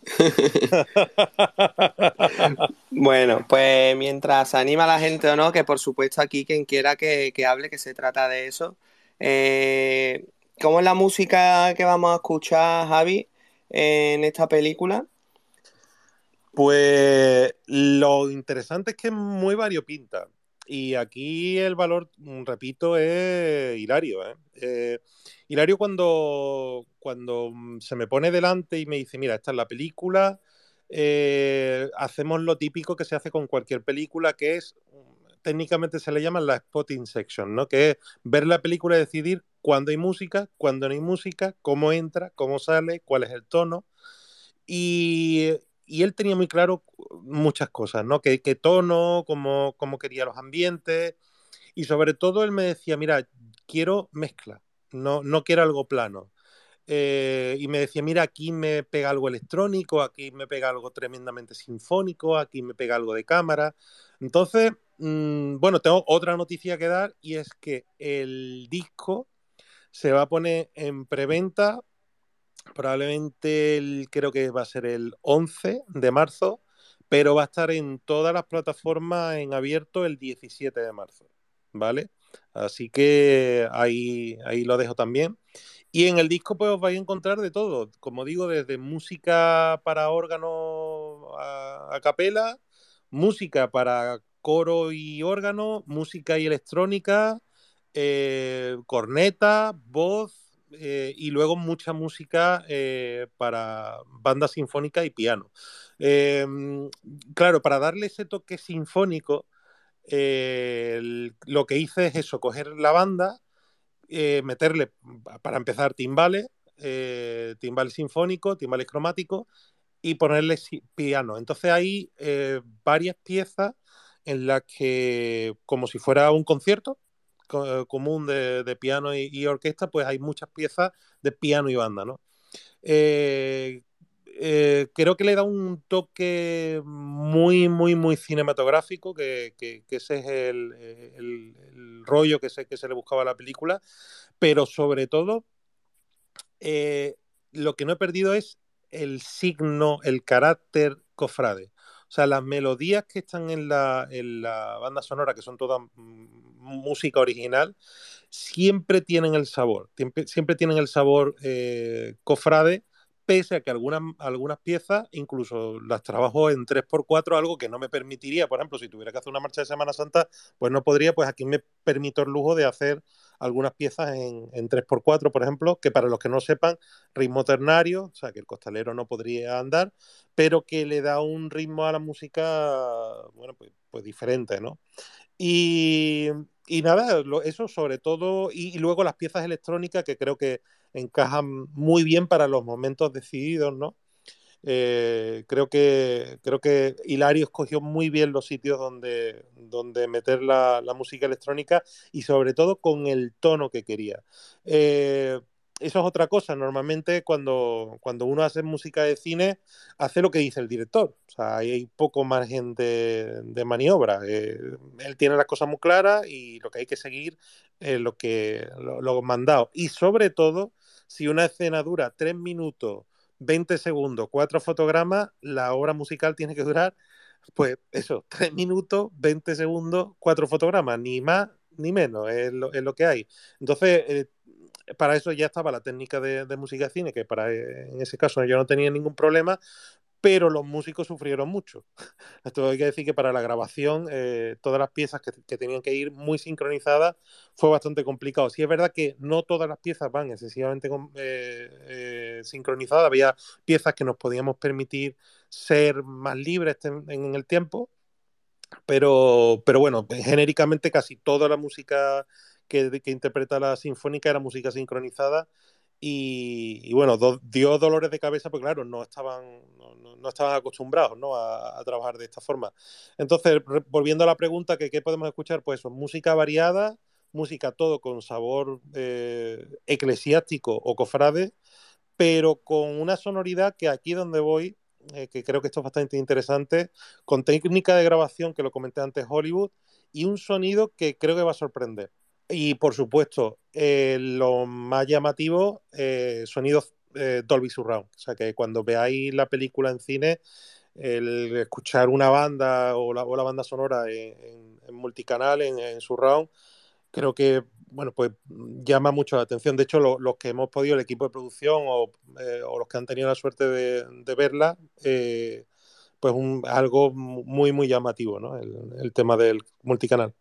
Bueno, pues mientras anima a la gente o no, que por supuesto aquí quien quiera que hable, que se trata de eso. Eh, ¿Cómo es la música que vamos a escuchar, Javi, en esta película? Pues lo interesante es que es muy variopinta. Y aquí el valor, repito, es Hilario, ¿eh? Hilario cuando se me pone delante y me dice, mira, esta es la película, hacemos lo típico que se hace con cualquier película, que es, técnicamente se le llama la spotting section, ¿no? Que es ver la película y decidir cuándo hay música, cuándo no hay música, cómo entra, cómo sale, cuál es el tono. Y, y él tenía muy claro muchas cosas, ¿no? Qué tono, cómo quería los ambientes. Y sobre todo él me decía, mira, quiero mezcla, no quiero algo plano. Y me decía, mira, aquí me pega algo electrónico, aquí me pega algo tremendamente sinfónico, aquí me pega algo de cámara. Entonces, bueno, tengo otra noticia que dar y es que el disco se va a poner en preventa probablemente creo que va a ser el 11 de marzo, pero va a estar en todas las plataformas en abierto el 17 de marzo, ¿vale? Así que ahí lo dejo también. Y en el disco pues os vais a encontrar de todo, como digo, desde música para órgano a capela, música para coro y órgano, música y electrónica, corneta, voz y luego mucha música para banda sinfónica y piano. Eh, claro, para darle ese toque sinfónico, lo que hice es eso, coger la banda, meterle, para empezar, timbales sinfónicos, timbales cromáticos, y ponerle piano. Entonces hay varias piezas en las que, como si fuera un concierto común de piano y orquesta, pues hay muchas piezas de piano y banda, ¿no? Eh, creo que le da un toque muy cinematográfico, que ese es el rollo que se le buscaba a la película, pero sobre todo lo que no he perdido es el signo, el carácter cofrade. O sea, las melodías que están en la banda sonora, que son todas música original, siempre tienen el sabor, siempre tienen el sabor cofrade, pese a que algunas piezas incluso las trabajo en 3x4, algo que no me permitiría, por ejemplo, si tuviera que hacer una marcha de Semana Santa, pues no podría, pues aquí me permito el lujo de hacer algunas piezas en 3x4, por ejemplo, que para los que no sepan, ritmo ternario, o sea, que el costalero no podría andar, pero que le da un ritmo a la música, bueno, pues diferente, ¿no? Y, y nada, eso sobre todo, y luego las piezas electrónicas que creo que encajan muy bien para los momentos decididos, ¿no? Creo que Hilario escogió muy bien los sitios donde meter la música electrónica y sobre todo con el tono que quería. Eh, Eso es otra cosa. Normalmente cuando uno hace música de cine, hace lo que dice el director. O sea, ahí hay poco margen de maniobra. Él tiene las cosas muy claras y lo que hay que seguir es lo mandado. Y sobre todo, si una escena dura 3 minutos 20 segundos, 4 fotogramas, la obra musical tiene que durar, pues eso, 3 minutos, 20 segundos, 4 fotogramas, ni más ni menos, es lo que hay. Entonces, para eso ya estaba la técnica de música de cine, que en ese caso yo no tenía ningún problema, pero los músicos sufrieron mucho. Esto hay que decir que para la grabación, todas las piezas que tenían que ir muy sincronizadas fue bastante complicado. Sí es verdad que no todas las piezas van excesivamente sincronizadas, había piezas que nos podíamos permitir ser más libres en el tiempo, pero bueno, genéricamente casi toda la música que interpreta la sinfónica era música sincronizada y bueno, dio dolores de cabeza porque claro, no estaban acostumbrados, ¿no? a trabajar de esta forma. Entonces, volviendo a la pregunta, ¿qué podemos escuchar? Pues eso, música variada, música todo con sabor eclesiástico o cofrade, pero con una sonoridad que aquí donde voy, que creo que esto es bastante interesante, con técnica de grabación, que lo comenté antes, Hollywood, y un sonido que creo que va a sorprender. Y por supuesto, lo más llamativo, sonidos Dolby Surround. O sea que cuando veáis la película en cine, el escuchar una banda o la banda sonora en multicanal, en surround, creo que bueno, pues llama mucho la atención. De hecho, los que hemos podido, el equipo de producción o los que han tenido la suerte de verla, pues algo muy, muy llamativo, ¿no? El tema del multicanal.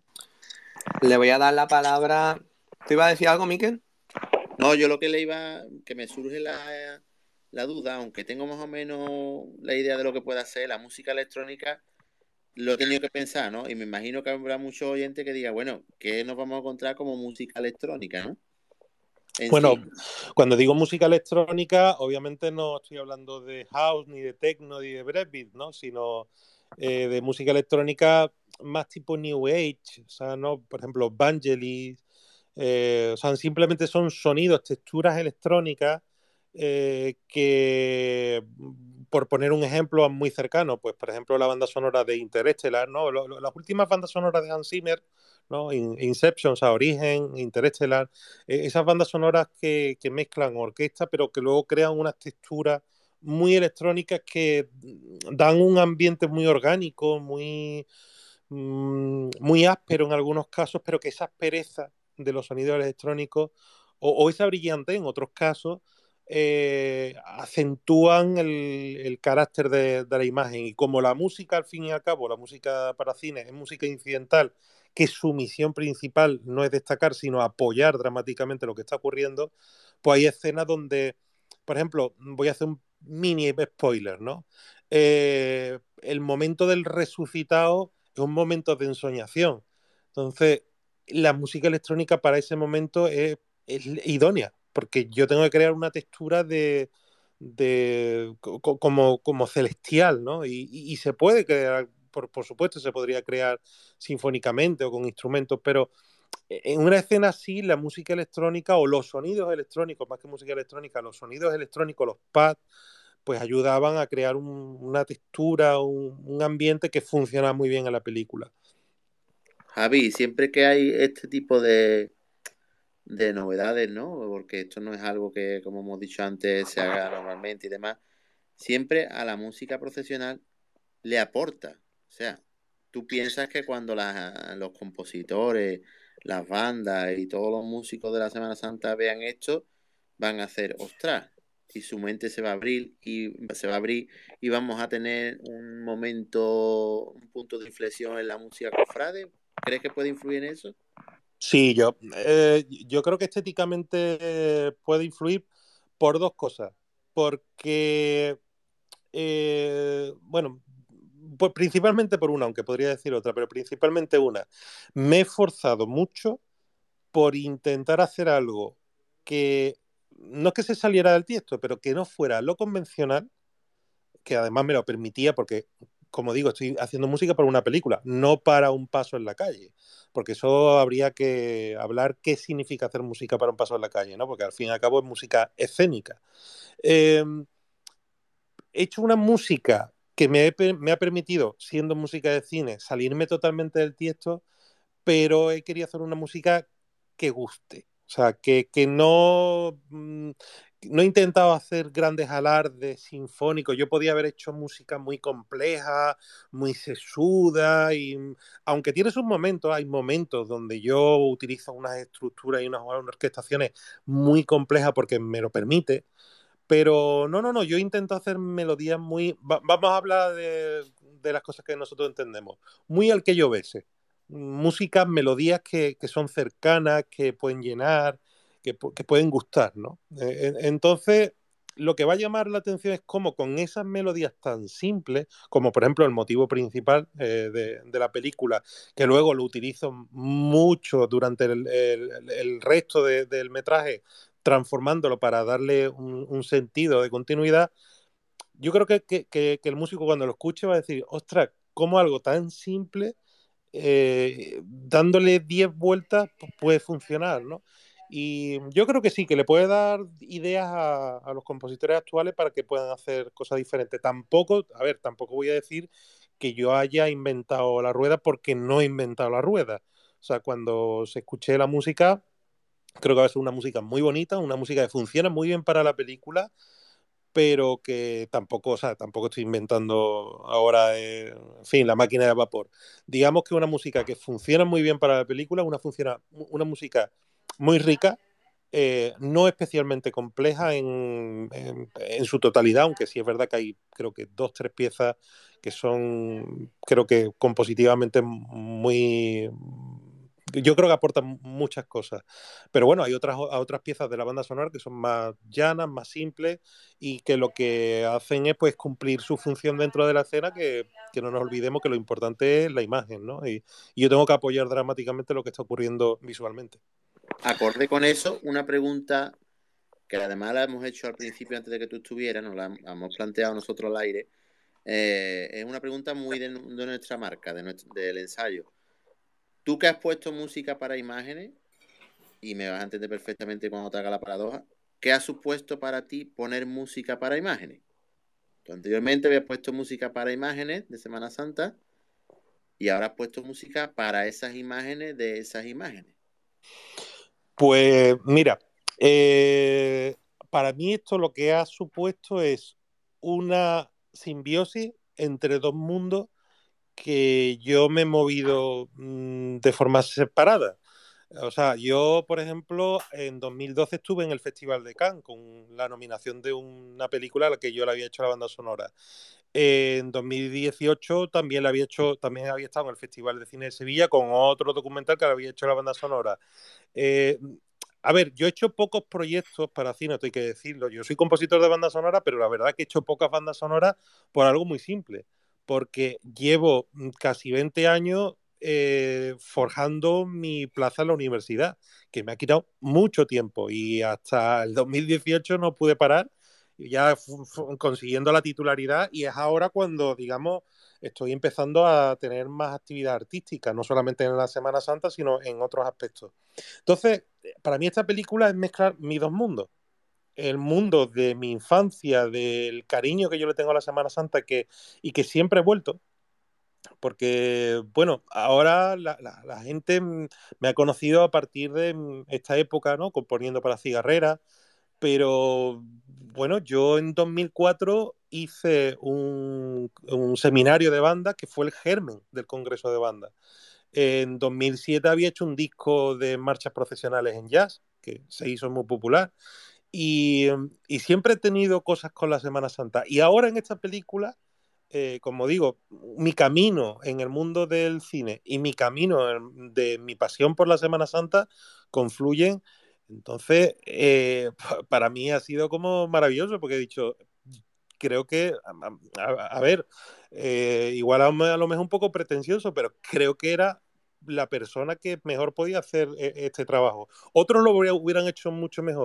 Le voy a dar la palabra. ¿Te iba a decir algo, Miquel? No, yo lo que que me surge la duda, aunque tengo más o menos la idea de lo que puede hacer la música electrónica, lo he tenido que pensar, ¿no? Y me imagino que habrá muchos oyentes que digan, bueno, ¿qué nos vamos a encontrar como música electrónica, ¿no? En Bueno, sí. cuando digo música electrónica, obviamente no estoy hablando de house, ni de techno, ni de breakbeat, ¿no? Sino de música electrónica más tipo New Age, o sea, ¿no? Por ejemplo, Vangelis, o sea, simplemente son sonidos, texturas electrónicas que, por poner un ejemplo muy cercano, pues por ejemplo la banda sonora de Interstellar, ¿no? Las últimas bandas sonoras de Hans Zimmer, ¿no? Inception, o sea, Origen, Interstellar, esas bandas sonoras que mezclan orquesta, pero que luego crean unas texturas muy electrónicas que dan un ambiente muy orgánico, muy áspero en algunos casos, pero que esa aspereza de los sonidos electrónicos o esa brillantez en otros casos acentúan el carácter de la imagen. Y como la música, al fin y al cabo, la música para cine es música incidental, que su misión principal no es destacar, sino apoyar dramáticamente lo que está ocurriendo, pues hay escenas donde, por ejemplo, voy a hacer un mini spoiler, ¿no? El momento del resucitado es un momento de ensoñación. Entonces, la música electrónica para ese momento es idónea, porque yo tengo que crear una textura como celestial, ¿no? Y se puede crear, por supuesto, se podría crear sinfónicamente o con instrumentos, pero en una escena así, la música electrónica o los sonidos electrónicos, más que música electrónica, los sonidos electrónicos, los pads, pues ayudaban a crear una textura, un ambiente que funciona muy bien en la película. Javi, siempre que hay este tipo de novedades, ¿no? Porque esto no es algo que, como hemos dicho antes, se haga normalmente y demás, siempre a la música profesional le aporta. O sea, tú piensas que cuando los compositores, las bandas y todos los músicos de la Semana Santa vean esto, van a hacer, ostras, y su mente se va a abrir y vamos a tener un momento, un punto de inflexión en la música cofrade. ¿Crees que puede influir en eso? Sí, yo creo que estéticamente puede influir por dos cosas. Porque, bueno, pues principalmente por una, aunque podría decir otra, pero principalmente una. Me he esforzado mucho por intentar hacer algo que no es que se saliera del tiesto, pero que no fuera lo convencional, que además me lo permitía porque, como digo, estoy haciendo música para una película, no para un paso en la calle, porque eso habría que hablar qué significa hacer música para un paso en la calle, ¿no? Porque al fin y al cabo es música escénica. Eh, He hecho una música que me ha permitido, siendo música de cine, salirme totalmente del tiesto, pero he querido hacer una música que guste. O sea, que no, no he intentado hacer grandes alardes sinfónicos. Yo podía haber hecho música muy compleja, muy sesuda, y aunque tiene sus momentos, hay momentos donde yo utilizo unas estructuras y unas orquestaciones muy complejas porque me lo permite. Pero no, yo intento hacer melodías muy... vamos a hablar de las cosas que nosotros entendemos. Muy al que yo bese. Músicas, melodías que son cercanas, que pueden llenar, que pueden gustar, ¿no? Entonces, lo que va a llamar la atención es cómo con esas melodías tan simples, como por ejemplo el motivo principal de la película, que luego lo utilizo mucho durante el resto del metraje, transformándolo para darle un sentido de continuidad, yo creo que el músico cuando lo escuche va a decir, ostras, cómo algo tan simple, dándole 10 vueltas, puede funcionar, ¿no? Y yo creo que sí, que le puede dar ideas a los compositores actuales para que puedan hacer cosas diferentes. Tampoco, a ver, tampoco voy a decir que yo haya inventado la rueda porque no he inventado la rueda. O sea, cuando se escuché la música, creo que va a ser una música muy bonita, una música que funciona muy bien para la película, pero que tampoco, o sea, tampoco estoy inventando ahora, en fin, la máquina de vapor. Digamos que una música que funciona muy bien para la película, una música muy rica, no especialmente compleja en su totalidad, aunque sí es verdad que hay, creo que dos, tres piezas que son, creo que compositivamente muy... Yo creo que aportan muchas cosas. Pero bueno, hay otras piezas de la banda sonora que son más llanas, más simples y que lo que hacen es pues cumplir su función dentro de la escena, que no nos olvidemos que lo importante es la imagen, ¿no? Y yo tengo que apoyar dramáticamente lo que está ocurriendo visualmente. Acorde con eso, una pregunta que además la hemos hecho al principio antes de que tú estuvieras, nos la hemos planteado nosotros al aire. Es una pregunta muy de nuestra marca, del ensayo. Tú que has puesto música para imágenes, y me vas a entender perfectamente cuando te haga la paradoja, ¿qué ha supuesto para ti poner música para imágenes? Tú anteriormente habías puesto música para imágenes de Semana Santa y ahora has puesto música para esas imágenes de esas imágenes. Pues mira, para mí esto lo que ha supuesto es una simbiosis entre dos mundos que yo me he movido de forma separada. O sea, yo, por ejemplo, en 2012 estuve en el Festival de Cannes con la nominación de una película a la que yo le había hecho la banda sonora. En 2018 también había estado en el Festival de Cine de Sevilla con otro documental que le había hecho la banda sonora. Eh, a ver, yo he hecho pocos proyectos para cine, esto hay que decirlo. Yo soy compositor de banda sonora, pero la verdad es que he hecho pocas bandas sonoras por algo muy simple, porque llevo casi 20 años forjando mi plaza en la universidad, que me ha quitado mucho tiempo y hasta el 2018 no pude parar, ya consiguiendo la titularidad, y es ahora cuando, digamos, estoy empezando a tener más actividad artística, no solamente en la Semana Santa, sino en otros aspectos. Entonces, para mí esta película es mezclar mis dos mundos. El mundo de mi infancia, del cariño que yo le tengo a la Semana Santa y que siempre he vuelto, porque, bueno, ahora la gente me ha conocido a partir de esta época, ¿no? Componiendo para cigarreras, pero bueno, yo en 2004 hice un seminario de bandas que fue el germen del Congreso de Bandas. En 2007 había hecho un disco de marchas profesionales en jazz, que se hizo muy popular. Y siempre he tenido cosas con la Semana Santa. Y ahora en esta película, como digo, mi camino en el mundo del cine y mi camino de mi pasión por la Semana Santa confluyen. Entonces, para mí ha sido como maravilloso porque he dicho, creo que, a ver, igual a lo mejor un poco pretencioso, pero creo que era la persona que mejor podía hacer este trabajo. Otros lo hubieran hecho mucho mejor.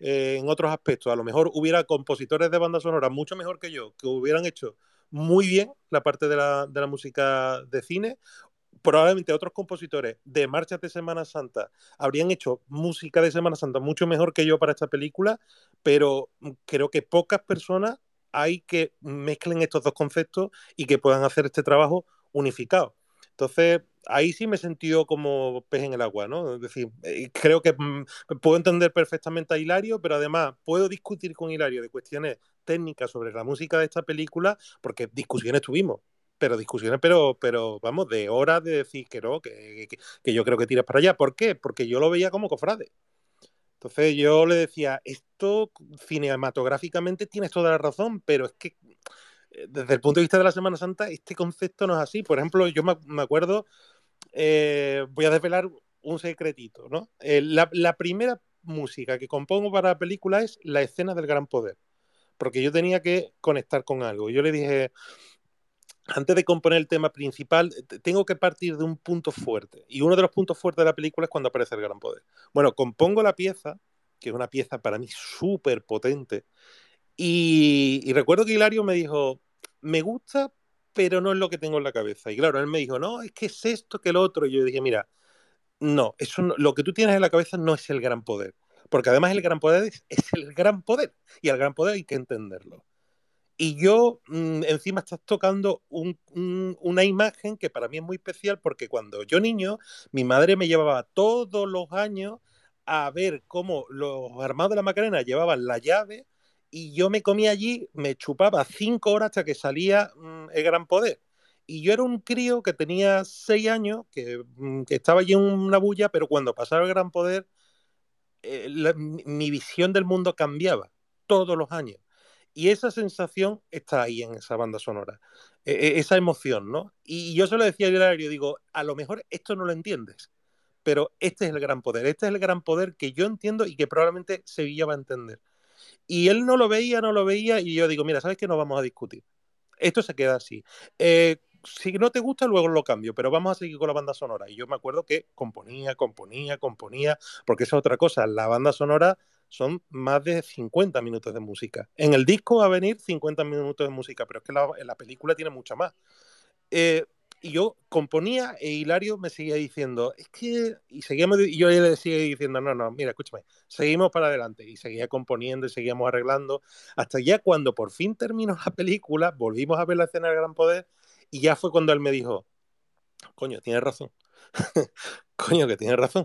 en otros aspectos. A lo mejor hubiera compositores de banda sonora mucho mejor que yo, que hubieran hecho muy bien la parte de la música de cine. Probablemente otros compositores de marchas de Semana Santa habrían hecho música de Semana Santa mucho mejor que yo para esta película, pero creo que pocas personas hay que mezclen estos dos conceptos y que puedan hacer este trabajo unificado. Entonces, ahí sí me he sentido como pez en el agua, ¿no? Es decir, creo que puedo entender perfectamente a Hilario, pero además puedo discutir con Hilario de cuestiones técnicas sobre la música de esta película, porque discusiones tuvimos, pero vamos, de horas de decir que no, que yo creo que tiras para allá. ¿Por qué? Porque yo lo veía como cofrade. Entonces yo le decía, esto cinematográficamente tienes toda la razón, pero es que desde el punto de vista de la Semana Santa, este concepto no es así. Por ejemplo, yo me acuerdo, voy a desvelar un secretito, ¿no? La primera música que compongo para la película es la escena del gran poder, porque yo tenía que conectar con algo. Yo le dije, antes de componer el tema principal, tengo que partir de un punto fuerte. Y uno de los puntos fuertes de la película es cuando aparece el gran poder. Bueno, compongo la pieza, que es una pieza para mí súper potente. Y recuerdo que Hilario me dijo, me gusta, pero no es lo que tengo en la cabeza. Y claro, él me dijo, no, es que es esto, que lo otro. Y yo dije, mira, no, eso no, lo que tú tienes en la cabeza no es el gran poder. Porque además el gran poder es el gran poder. Y al gran poder hay que entenderlo. Y yo, encima estás tocando una imagen que para mí es muy especial porque cuando yo niño, mi madre me llevaba todos los años a ver cómo los armados de la Macarena llevaban la llave y yo me comía allí, me chupaba 5 horas hasta que salía el gran poder. Y yo era un crío que tenía 6 años, que estaba allí en una bulla, pero cuando pasaba el gran poder, mi visión del mundo cambiaba todos los años. Y esa sensación está ahí en esa banda sonora, esa emoción, ¿no? Y yo se lo decía a Hilario, digo, a lo mejor esto no lo entiendes, pero este es el gran poder, este es el gran poder que yo entiendo y que probablemente Sevilla va a entender. Y él no lo veía, y yo digo, mira, ¿sabes qué? No vamos a discutir. Esto se queda así. Si no te gusta, luego lo cambio, pero vamos a seguir con la banda sonora. Y yo me acuerdo que componía, porque esa es otra cosa. La banda sonora son más de 50 minutos de música. En el disco va a venir 50 minutos de música, pero es que la película tiene mucha más. Eh, y yo componía e Hilario me seguía diciendo, es que, y yo le seguía diciendo, no, no, mira, escúchame, seguimos para adelante. Y seguía componiendo y seguíamos arreglando, hasta ya cuando por fin terminó la película, volvimos a ver la escena del Gran Poder, y ya fue cuando él me dijo, coño, tienes razón, coño, que tienes razón.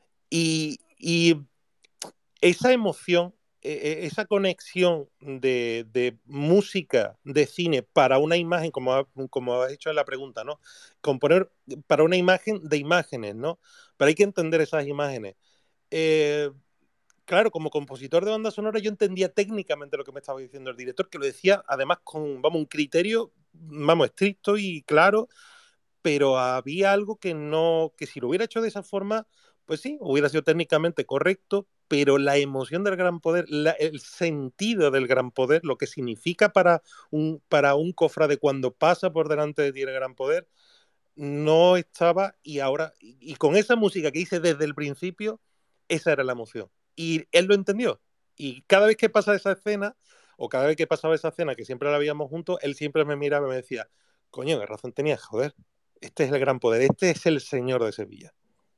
Y esa emoción, esa conexión de música, de cine para una imagen, como has hecho en la pregunta, ¿no? Componer para una imagen de imágenes, ¿no? Pero hay que entender esas imágenes. Eh, claro, como compositor de banda sonora yo entendía técnicamente lo que me estaba diciendo el director, que lo decía además con, vamos, un criterio, vamos, estricto y claro, pero había algo que no, que si lo hubiera hecho de esa forma, pues sí, hubiera sido técnicamente correcto, pero la emoción del gran poder, el sentido del gran poder, lo que significa para un cofrade cuando pasa por delante de ti el gran poder, no estaba, y ahora, y con esa música que hice desde el principio, esa era la emoción. Y él lo entendió. Y cada vez que pasa esa escena, o cada vez que pasaba esa escena, que siempre la veíamos juntos, él siempre me miraba y me decía, coño, qué razón tenías, joder. Este es el gran poder, este es el señor de Sevilla.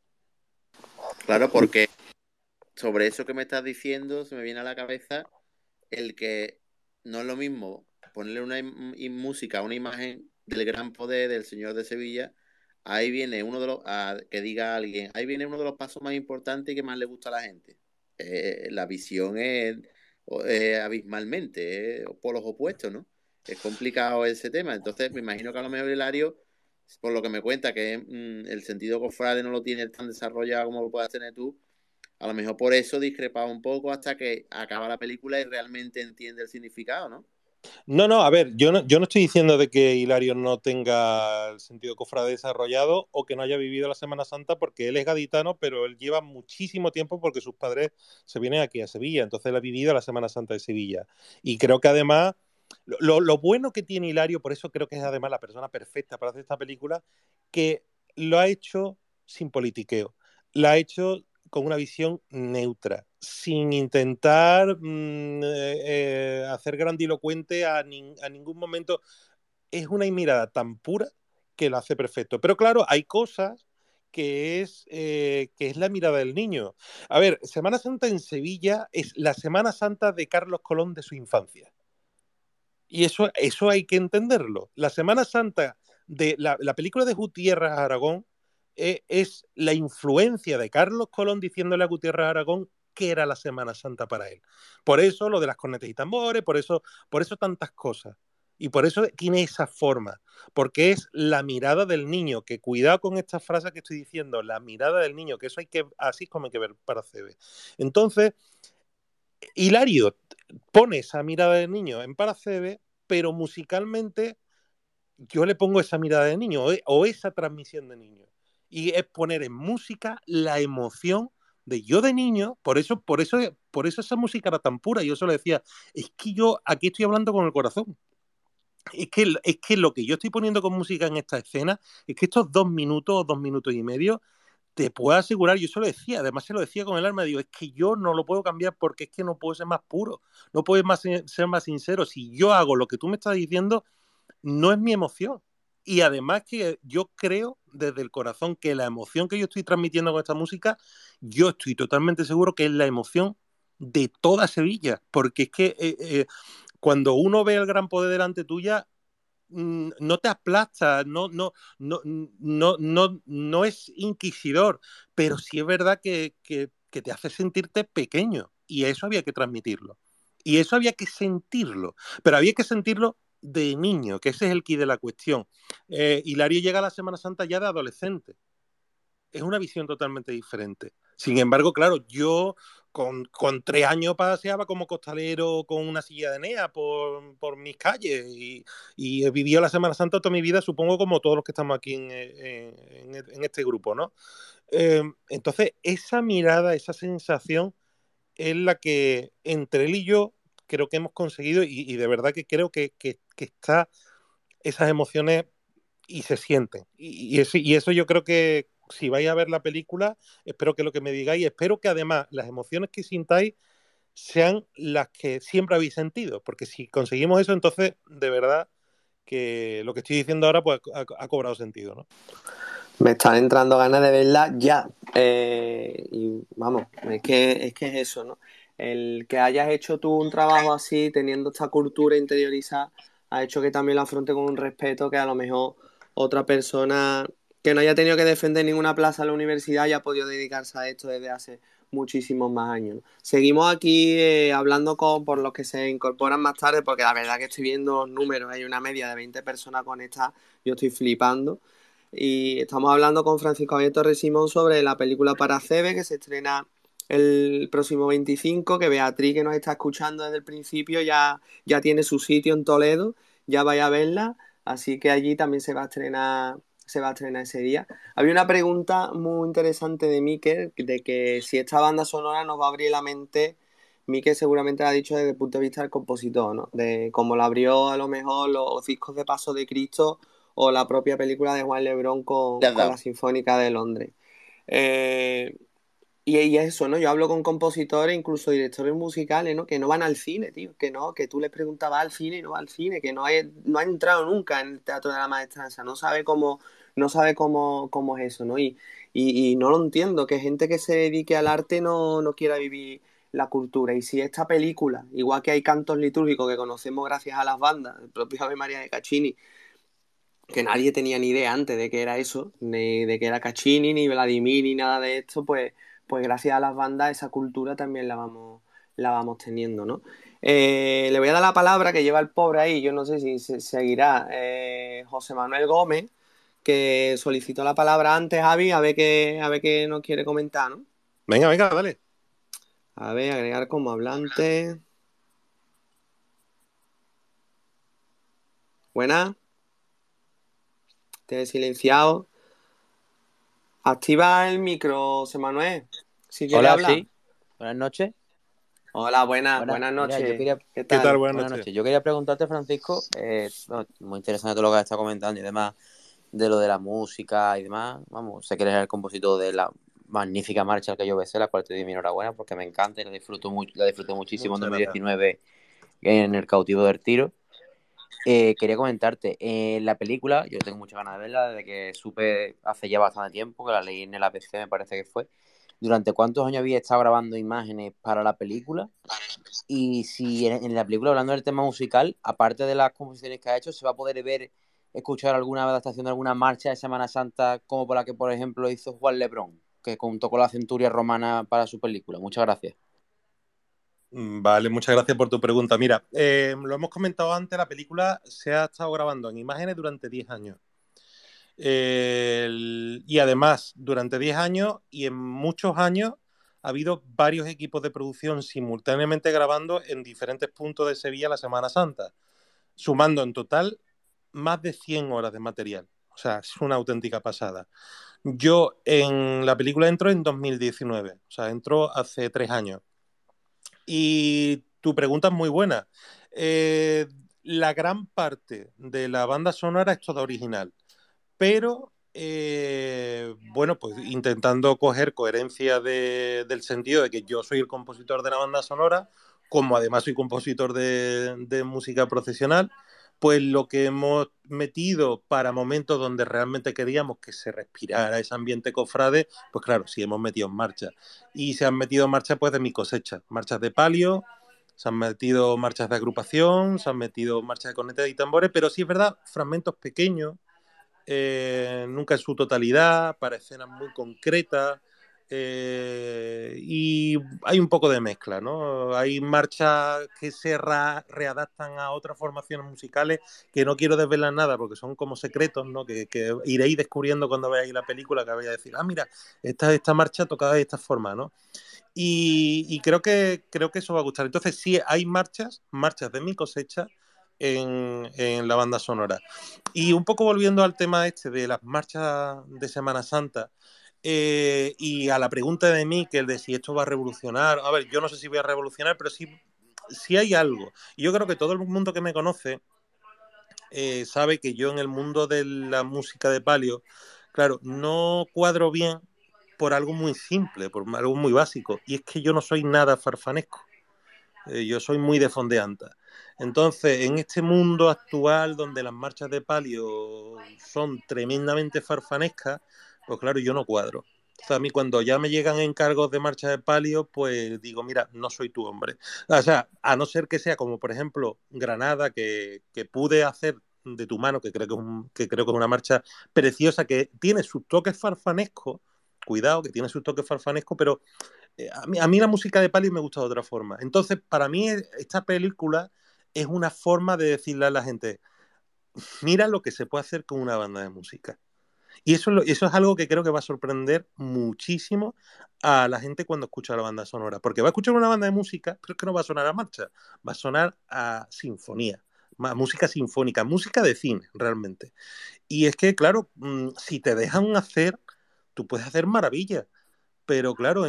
Claro, porque sobre eso que me estás diciendo se me viene a la cabeza el que no es lo mismo ponerle una música a una imagen del gran poder del señor de Sevilla. Ahí viene uno de los, que diga alguien, ahí viene uno de los pasos más importantes y que más le gusta a la gente. La visión es abismalmente, por los opuestos, ¿no? Es complicado ese tema. Entonces me imagino que a lo mejor Hilario, por lo que me cuenta, que el sentido cofrade no lo tiene tan desarrollado como lo puedas tener tú, a lo mejor por eso discrepaba un poco hasta que acaba la película y realmente entiende el significado, ¿no? No, no, a ver, yo no estoy diciendo de que Hilario no tenga el sentido cofrade desarrollado o que no haya vivido la Semana Santa, porque él es gaditano, pero él lleva muchísimo tiempo porque sus padres se vienen aquí a Sevilla, entonces él ha vivido la Semana Santa de Sevilla. Y creo que además, lo bueno que tiene Hilario, por eso creo que es además la persona perfecta para hacer esta película, que lo ha hecho sin politiqueo, lo ha hecho con una visión neutra, sin intentar hacer grandilocuente a ningún momento. Es una mirada tan pura que lo hace perfecto. Pero claro, hay cosas que es la mirada del niño. A ver, Semana Santa en Sevilla es la Semana Santa de Carlos Colón de su infancia. Y eso hay que entenderlo. La Semana Santa de la película de Gutiérrez Aragón es la influencia de Carlos Colón diciéndole a Gutiérrez Aragón que era la Semana Santa para él. Por eso lo de las cornetas y tambores, por eso tantas cosas. Y por eso tiene esa forma, porque es la mirada del niño, que cuidado con esta frase que estoy diciendo, la mirada del niño, que eso así es como hay que ver Paracebe. Entonces, Hilario pone esa mirada del niño en Paracebe, pero musicalmente yo le pongo esa mirada de niño o esa transmisión de niño. Y es poner en música la emoción de yo de niño, por eso esa música era tan pura. Yo solo decía, es que yo aquí estoy hablando con el corazón. Es que lo que yo estoy poniendo con música en esta escena es que estos 2 minutos o 2 minutos y medio te puedo asegurar, yo se lo decía, además se lo decía con el alma, digo, es que yo no lo puedo cambiar porque es que no puedo ser más puro, no puedo ser más sincero. Si yo hago lo que tú me estás diciendo, no es mi emoción. Y además que yo creo desde el corazón que la emoción que yo estoy transmitiendo con esta música, yo estoy totalmente seguro que es la emoción de toda Sevilla, porque es que cuando uno ve el gran poder delante tuya, no te aplasta, no es inquisidor, pero sí es verdad que te hace sentirte pequeño, y eso había que transmitirlo. Y eso había que sentirlo, pero había que sentirlo de niño, que ese es el quid de la cuestión. Hilario llega a la Semana Santa ya de adolescente. Es una visión totalmente diferente. Sin embargo, claro, yo con 3 años paseaba como costalero con una silla de enea por mis calles y he vivido la Semana Santa toda mi vida, supongo, como todos los que estamos aquí en este grupo, ¿no? Entonces, esa mirada, esa sensación es la que entre él y yo creo que hemos conseguido y de verdad que creo que está esas emociones y se sienten. Y eso yo creo que si vais a ver la película, espero que lo que me digáis, espero que además las emociones que sintáis sean las que siempre habéis sentido, porque si conseguimos eso, entonces de verdad que lo que estoy diciendo ahora pues ha cobrado sentido, ¿no? Me están entrando ganas de verla ya. Y vamos, es eso, ¿no? El que hayas hecho tú un trabajo así, teniendo esta cultura interiorizada, ha hecho que también lo afronte con un respeto que a lo mejor otra persona que no haya tenido que defender ninguna plaza en la universidad ya ha podido dedicarse a esto desde hace muchísimos más años, ¿no? Seguimos aquí hablando por los que se incorporan más tarde, porque la verdad que estoy viendo los números, hay una media de 20 personas conectadas, yo estoy flipando. Y estamos hablando con Francisco Javier Torres Simón sobre la película Paracebe, que se estrena el próximo 25, que Beatriz, que nos está escuchando desde el principio, ya tiene su sitio en Toledo, ya vaya a verla, así que allí también se va a estrenar ese día. Había una pregunta muy interesante de Mikel, de que si esta banda sonora nos va a abrir la mente. Mikel seguramente lo ha dicho desde el punto de vista del compositor, ¿no? De cómo lo abrió a lo mejor los discos de Paso de Cristo o la propia película de Juan Lebrón con la Sinfónica de Londres. Y es eso, ¿no? Yo hablo con compositores, incluso directores musicales, ¿no? Que no van al cine, tío. Que no, que tú les preguntas, ¿va al cine? Y no va al cine. Que no ha entrado nunca en el Teatro de la Maestranza. No sabe cómo es eso, ¿no? Y no lo entiendo, que gente que se dedique al arte no quiera vivir la cultura. Y si esta película, igual que hay cantos litúrgicos que conocemos gracias a las bandas, el propio Ave María de Caccini, que nadie tenía ni idea antes de que era eso, ni de que era Caccini, ni Vladimir, ni nada de esto, pues gracias a las bandas esa cultura también la vamos teniendo, ¿no? Le voy a dar la palabra que lleva el pobre ahí, yo no sé si seguirá, José Manuel Gómez, que solicitó la palabra antes, Javi, a ver qué nos quiere comentar, ¿no? Venga, dale. A ver, agregar como hablante. Buena. Te he silenciado. Activa el micro, José Manuel, si quieres hablar. Sí. Buenas noches. Hola, buenas noches. Mira, ¿Qué tal? Buenas noches. Yo quería preguntarte, Francisco, muy interesante todo lo que has estado comentando y demás, de lo de la música y demás. Vamos, sé que eres el compositor de la magnífica marcha al que yo besé, la cual te doy mi enhorabuena porque me encanta y la disfruté muchísimo en Muchas gracias. 2019 en El cautivo del tiro. Quería comentarte, la película, yo tengo muchas ganas de verla desde que supe hace ya bastante tiempo, que la leí en el APC, me parece que fue. ¿Durante cuántos años había estado grabando imágenes para la película? Y si en la película, hablando del tema musical, aparte de las composiciones que ha hecho, ¿se va a poder ver, escuchar alguna adaptación de alguna marcha de Semana Santa, como por la que, por ejemplo, hizo Juan Lebrón, que contó con la centuria romana para su película? Muchas gracias. Vale, muchas gracias por tu pregunta. Mira, lo hemos comentado antes, la película se ha estado grabando en imágenes durante 10 años. Y además, durante 10 años y en muchos años ha habido varios equipos de producción simultáneamente grabando en diferentes puntos de Sevilla la Semana Santa, sumando en total más de 100 horas de material. O sea, es una auténtica pasada. Yo en la película entro en 2019, o sea, entro hace 3 años. Y tu pregunta es muy buena. La gran parte de la banda sonora es toda original, pero bueno, pues intentando coger coherencia del sentido de que yo soy el compositor de la banda sonora, como además soy compositor de música profesional, pues lo que hemos metido para momentos donde realmente queríamos que se respirara ese ambiente cofrade, pues claro, sí hemos metido en marcha. Y se han metido en marcha pues de mi cosecha, marchas de palio, se han metido marchas de agrupación, se han metido marchas de cornetas y tambores, pero sí es verdad, fragmentos pequeños, nunca en su totalidad, para escenas muy concretas, y hay un poco de mezcla, ¿no? Hay marchas que se readaptan a otras formaciones musicales que no quiero desvelar nada porque son como secretos, ¿no? Que iréis descubriendo cuando veáis la película, que vais a decir, ah, mira, esta marcha tocada de esta forma, ¿no? Y creo que eso va a gustar. Entonces, sí, hay marchas de mi cosecha en la banda sonora. Y un poco volviendo al tema este de las marchas de Semana Santa, y a la pregunta de Mikel de si esto va a revolucionar. A ver, yo no sé si voy a revolucionar, pero sí hay algo. Y yo creo que todo el mundo que me conoce sabe que yo en el mundo de la música de palio, claro, no cuadro bien por algo muy simple, por algo muy básico, y es que yo no soy nada farfanesco. Yo soy muy de fondeanta. Entonces, en este mundo actual donde las marchas de palio son tremendamente farfanescas, pues claro, yo no cuadro. O sea, a mí cuando ya me llegan encargos de marcha de palio, pues digo, mira, no soy tu hombre. O sea, a no ser que sea como, por ejemplo, Granada, que pude hacer de tu mano, que creo que es una marcha preciosa, que tiene sus toques farfanescos, cuidado, que tiene sus toques farfanescos, pero a mí la música de Palio me gusta de otra forma. Entonces, para mí esta película es una forma de decirle a la gente, mira lo que se puede hacer con una banda de música. Y eso es algo que creo que va a sorprender muchísimo a la gente cuando escucha la banda sonora. Porque va a escuchar una banda de música, pero es que no va a sonar a marcha, va a sonar a sinfonía, música sinfónica, música de cine, realmente. Y es que, claro, si te dejan hacer, tú puedes hacer maravillas. Pero claro,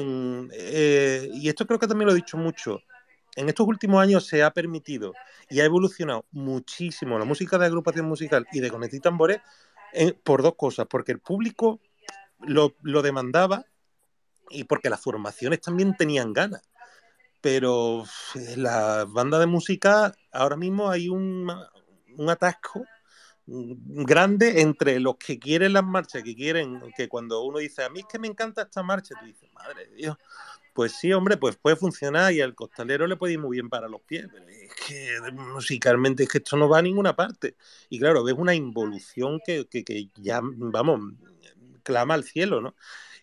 y esto creo que también lo he dicho mucho, en estos últimos años se ha permitido y ha evolucionado muchísimo la música de agrupación musical y de Cornetas y Tambores por dos cosas, porque el público lo demandaba y porque las formaciones también tenían ganas. Pero en la banda de música ahora mismo hay un atasco grande entre los que quieren las marchas, que quieren, que cuando uno dice, a mí es que me encanta esta marcha, tú dices, madre de Dios, pues sí, hombre, pues puede funcionar y al costalero le puede ir muy bien para los pies, pero es que musicalmente es que esto no va a ninguna parte. Y claro, ves una involución que ya, vamos, clama al cielo, ¿no?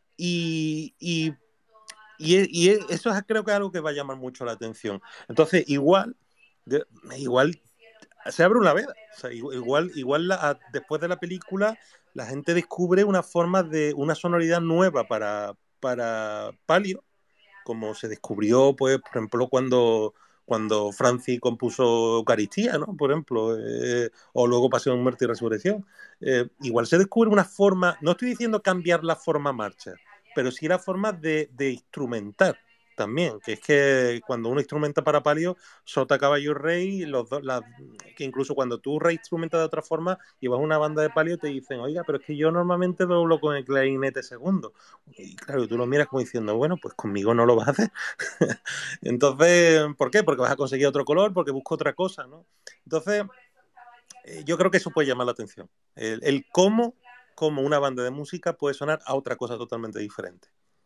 Y eso creo que es algo que va a llamar mucho la atención. Entonces, igual se abre una veda. O sea, igual después de la película la gente descubre una forma de una sonoridad nueva para Palio, como se descubrió, pues, por ejemplo, cuando Francis compuso Eucaristía, ¿no? Por ejemplo, o luego Pasión, Muerte y Resurrección. Igual se descubre una forma, no estoy diciendo cambiar la forma marcha, pero sí la forma de instrumentar también, que es que cuando uno instrumenta para palio, sota, caballo y rey, que incluso cuando tú reinstrumentas de otra forma y vas a una banda de palio te dicen, oiga, pero es que yo normalmente doblo con el clarinete segundo. Y claro, tú lo miras como diciendo, bueno, pues conmigo no lo vas a hacer. Entonces, ¿por qué? Porque vas a conseguir otro color, porque busco otra cosa, ¿no? Entonces, yo creo que eso puede llamar la atención. El cómo una banda de música puede sonar a otra cosa totalmente diferente.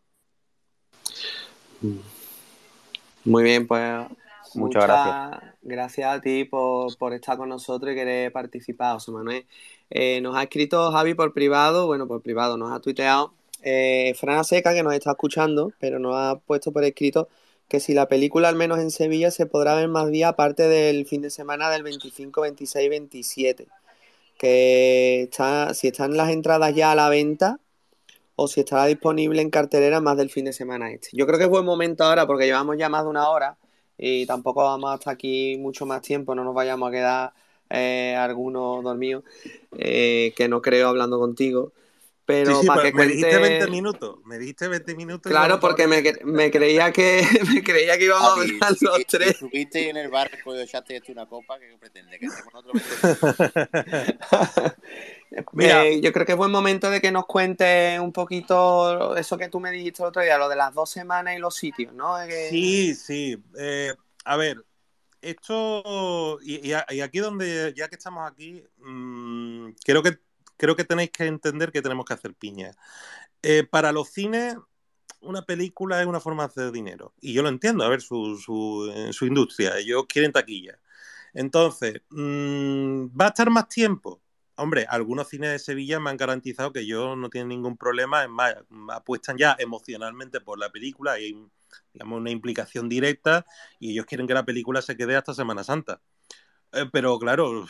Muy bien, pues Muchas gracias. gracias a ti por estar con nosotros y querer participar, José Manuel. Nos ha escrito Javi por privado, nos ha tuiteado. Fran Seca, que nos está escuchando, pero nos ha puesto por escrito que si la película, al menos en Sevilla, se podrá ver más días aparte del fin de semana del 25, 26, 27. Que si están las entradas ya a la venta o si estará disponible en cartelera más del fin de semana este. Yo creo que es buen momento ahora porque llevamos ya más de una hora y tampoco vamos a estar aquí mucho más tiempo, no nos vayamos a quedar algunos dormidos, que no creo hablando contigo. Pero Sí, para pues que me dijiste 20 cuente... minutos. Me dijiste 20 minutos y Claro, vamos para porque me creía que íbamos a Javi, hablar los si tres. subiste en el barco y echaste esto una copa, ¿qué pretende? ¿Que estemos nosotros 20 Mira, Yo creo que es buen momento de que nos cuentes un poquito eso que tú me dijiste el otro día, lo de las 2 semanas y los sitios, ¿no? sí. A ver, esto y aquí donde ya que estamos aquí, creo que tenéis que entender que tenemos que hacer piña. Para los cines, una película es una forma de hacer dinero y yo lo entiendo. A ver, su industria, ellos quieren taquilla. Entonces, ¿va a estar más tiempo? Hombre, algunos cines de Sevilla me han garantizado que yo no tienen ningún problema. Es más, apuestan ya emocionalmente por la película. Hay, digamos, una implicación directa y ellos quieren que la película se quede hasta Semana Santa. Pero claro,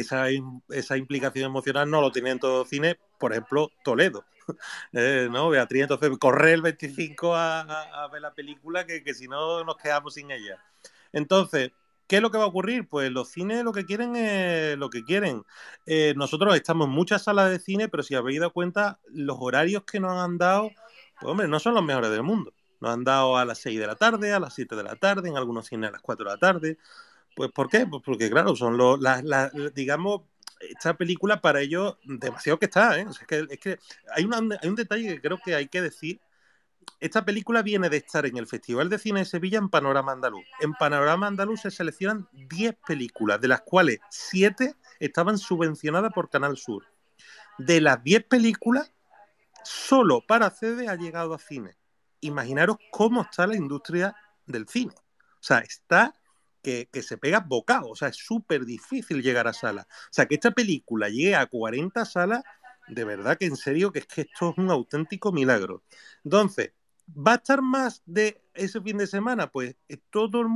esa implicación emocional no lo tienen en todos los cines. Por ejemplo, Toledo. ¿No? Beatriz, entonces corre el 25 a ver la película que si no nos quedamos sin ella. Entonces, ¿qué es lo que va a ocurrir? Pues los cines lo que quieren es lo que quieren. Nosotros estamos en muchas salas de cine, pero si habéis dado cuenta, los horarios que nos han dado, pues hombre, no son los mejores del mundo. Nos han dado a las 6 de la tarde, a las 7 de la tarde, en algunos cines a las 4 de la tarde. Pues ¿por qué? Pues porque claro, son digamos, esta película para ellos demasiado que está, ¿eh? O sea, es que hay un detalle que creo que hay que decir. Esta película viene de estar en el Festival de Cine de Sevilla en Panorama Andaluz. En Panorama Andaluz se seleccionan 10 películas, de las cuales 7 estaban subvencionadas por Canal Sur. De las 10 películas, solo para CD ha llegado a cine. Imaginaros cómo está la industria del cine. O sea, está que se pega bocado. O sea, es súper difícil llegar a salas. O sea, que esta película llegue a 40 salas, de verdad que en serio, que es que esto es un auténtico milagro. Entonces, ¿va a estar más de ese fin de semana? Pues todo el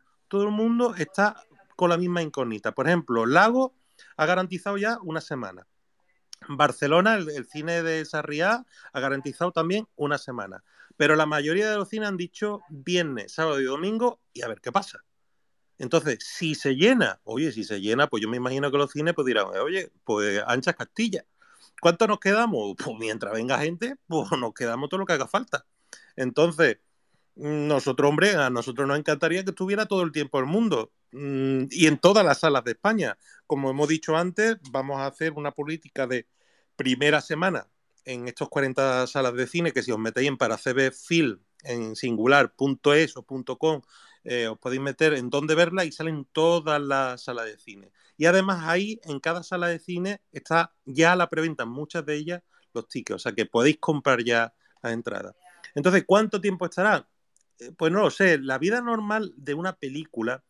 mundo está con la misma incógnita. Por ejemplo, Lago ha garantizado ya una semana. Barcelona, el cine de Sarriá, ha garantizado también una semana. Pero la mayoría de los cines han dicho viernes, sábado y domingo y a ver qué pasa. Entonces, si se llena, pues yo me imagino que los cines pues dirán, oye, pues anchas Castilla. ¿Cuánto nos quedamos? Pues mientras venga gente, pues nos quedamos todo lo que haga falta. Entonces, nosotros, hombre, a nosotros nos encantaría que estuviera todo el tiempo el mundo y en todas las salas de España. Como hemos dicho antes, vamos a hacer una política de primera semana en estos 40 salas de cine, que si os metéis en paracbfilm en singular.es o .com, os podéis meter en dónde verla y salen todas las salas de cine. Y además ahí, en cada sala de cine, está ya a la preventa, muchas de ellas, los tickets. O sea que podéis comprar ya las entradas. Entonces, ¿cuánto tiempo estará? Pues no lo sé. La vida normal de una película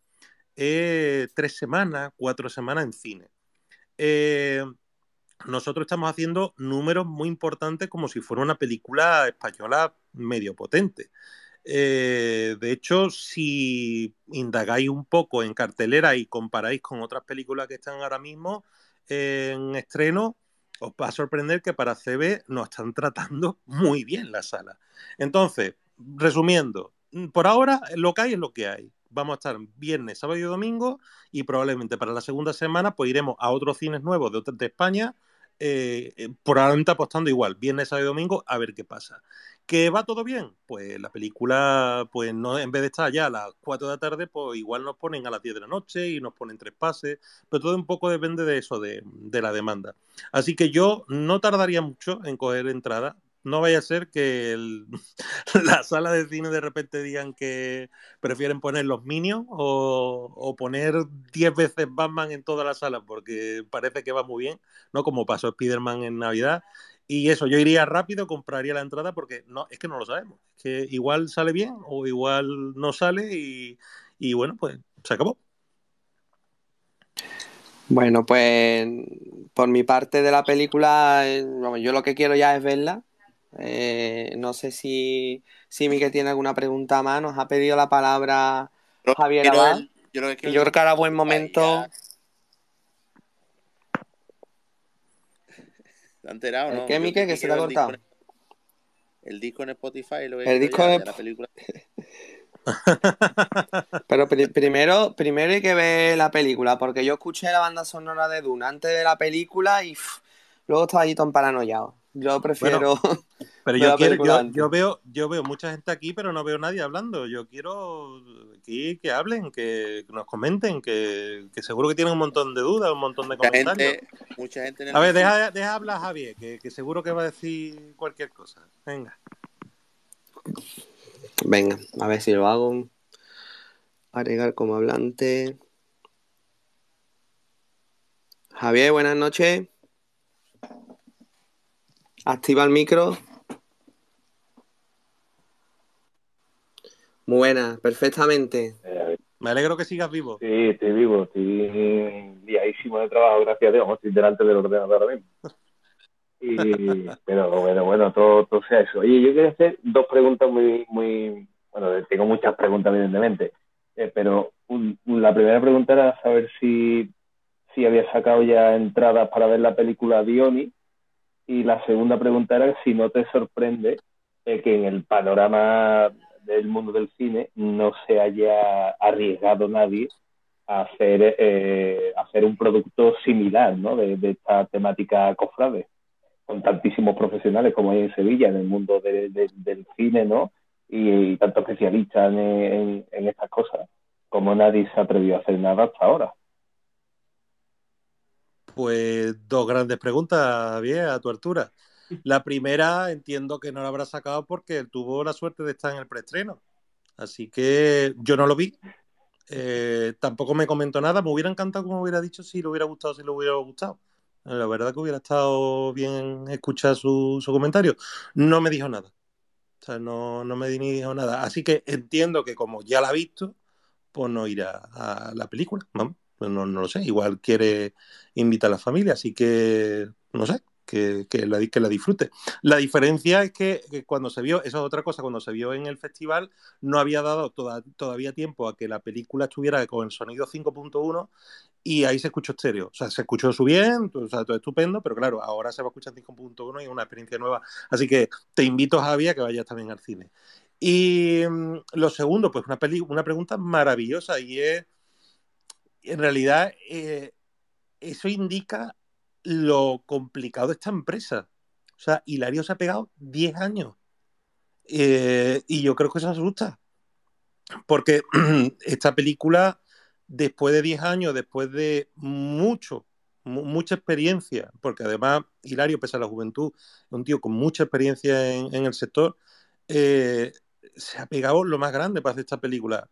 es 3 semanas, 4 semanas en cine. Nosotros estamos haciendo números muy importantes como si fuera una película española medio potente. De hecho, si indagáis un poco en cartelera y comparáis con otras películas que están ahora mismo en estreno, os va a sorprender que para CB nos están tratando muy bien la sala. Entonces, resumiendo, por ahora lo que hay es lo que hay. Vamos a estar viernes, sábado y domingo y probablemente para la segunda semana pues iremos a otros cines nuevos de España, probablemente apostando igual, viernes, sábado y domingo, a ver qué pasa. ¿Que va todo bien? Pues la película, pues no, en vez de estar ya a las 4 de la tarde, pues igual nos ponen a las 10 de la noche y nos ponen 3 pases, pero todo un poco depende de eso, de la demanda. Así que yo no tardaría mucho en coger entrada. No vaya a ser que la sala de cine de repente digan que prefieren poner los Minions o poner 10 veces Batman en toda la sala, porque parece que va muy bien, ¿no? Como pasó Spider-Man en Navidad. Y eso, yo iría rápido, compraría la entrada porque no, es que no lo sabemos. Es que igual sale bien o igual no sale y bueno, pues se acabó. Bueno, pues por mi parte de la película, vamos, yo lo que quiero ya es verla. No sé si Miguel tiene alguna pregunta más. Nos ha pedido la palabra Yo Javier quiero Abad. yo lo que quiero Y yo creo que ahora buen Spotify, momento. ¿te has enterado o ¿El no? qué, Yo Miguel? Que se te ha cortado. el disco en Spotify, lo que El quiero disco ya de... la película. Pero primero hay que ver la película, porque yo escuché la banda sonora de Dune antes de la película y luego estaba allí tan paranoiado. Yo prefiero Bueno, pero ver yo la quiero, película antes. yo veo mucha gente aquí, pero no veo nadie hablando. Yo quiero aquí que hablen, que nos comenten, que seguro que tienen un montón de dudas, un montón de comentarios. Mucha gente en el A ver, recinto. deja hablar a Javier, que seguro que va a decir cualquier cosa. Venga. Venga, a ver si lo hago. Agregar como hablante. Javier, buenas noches. Activa el micro. Muy buena, perfectamente. Me alegro que sigas vivo. Sí, estoy vivo, estoy liadísimo de trabajo, gracias a Dios, estoy delante del ordenador ahora mismo. Pero bueno, todo sea eso. Oye, yo quería hacer dos preguntas bueno, tengo muchas preguntas evidentemente, pero la primera pregunta era saber si había sacado ya entradas para ver la película Dioni, y la segunda pregunta era si no te sorprende que en el panorama del mundo del cine no se haya arriesgado nadie hacer un producto similar, ¿no? De esta temática cofrade, con tantísimos profesionales como hay en Sevilla, en el mundo del cine, ¿no? Y tanto especialistas en estas cosas, como nadie se atrevió a hacer nada hasta ahora. Pues dos grandes preguntas, Javier, a tu altura. La primera entiendo que no la habrá sacado porque tuvo la suerte de estar en el preestreno. Así que yo no lo vi. Tampoco me comentó nada. Me hubiera encantado, como hubiera dicho, si le hubiera gustado, si le hubiera gustado. La verdad que hubiera estado bien escuchar su comentario. No me dijo nada. O sea, no me dijo nada. Así que entiendo que como ya la ha visto, pues no irá a la película. Vamos, pues no lo sé. Igual quiere invitar a la familia, así que no sé, que la disfrute. La diferencia es que cuando se vio, eso es otra cosa, cuando se vio en el festival, no había dado todavía tiempo a que la película estuviera con el sonido 5.1 y ahí se escuchó estéreo. O sea, se escuchó su bien, o sea, todo estupendo, pero claro, ahora se va a escuchar 5.1 y es una experiencia nueva. Así que te invito, Javi, a que vayas también al cine. Y lo segundo, pues una pregunta maravillosa y es, en realidad, eso indica lo complicado de esta empresa. O sea, Hilario se ha pegado 10 años y yo creo que eso asusta, porque esta película, después de 10 años, después de mucha experiencia, porque además Hilario, pese a la juventud, es un tío con mucha experiencia en el sector, eh, se ha pegado lo más grande para hacer esta película.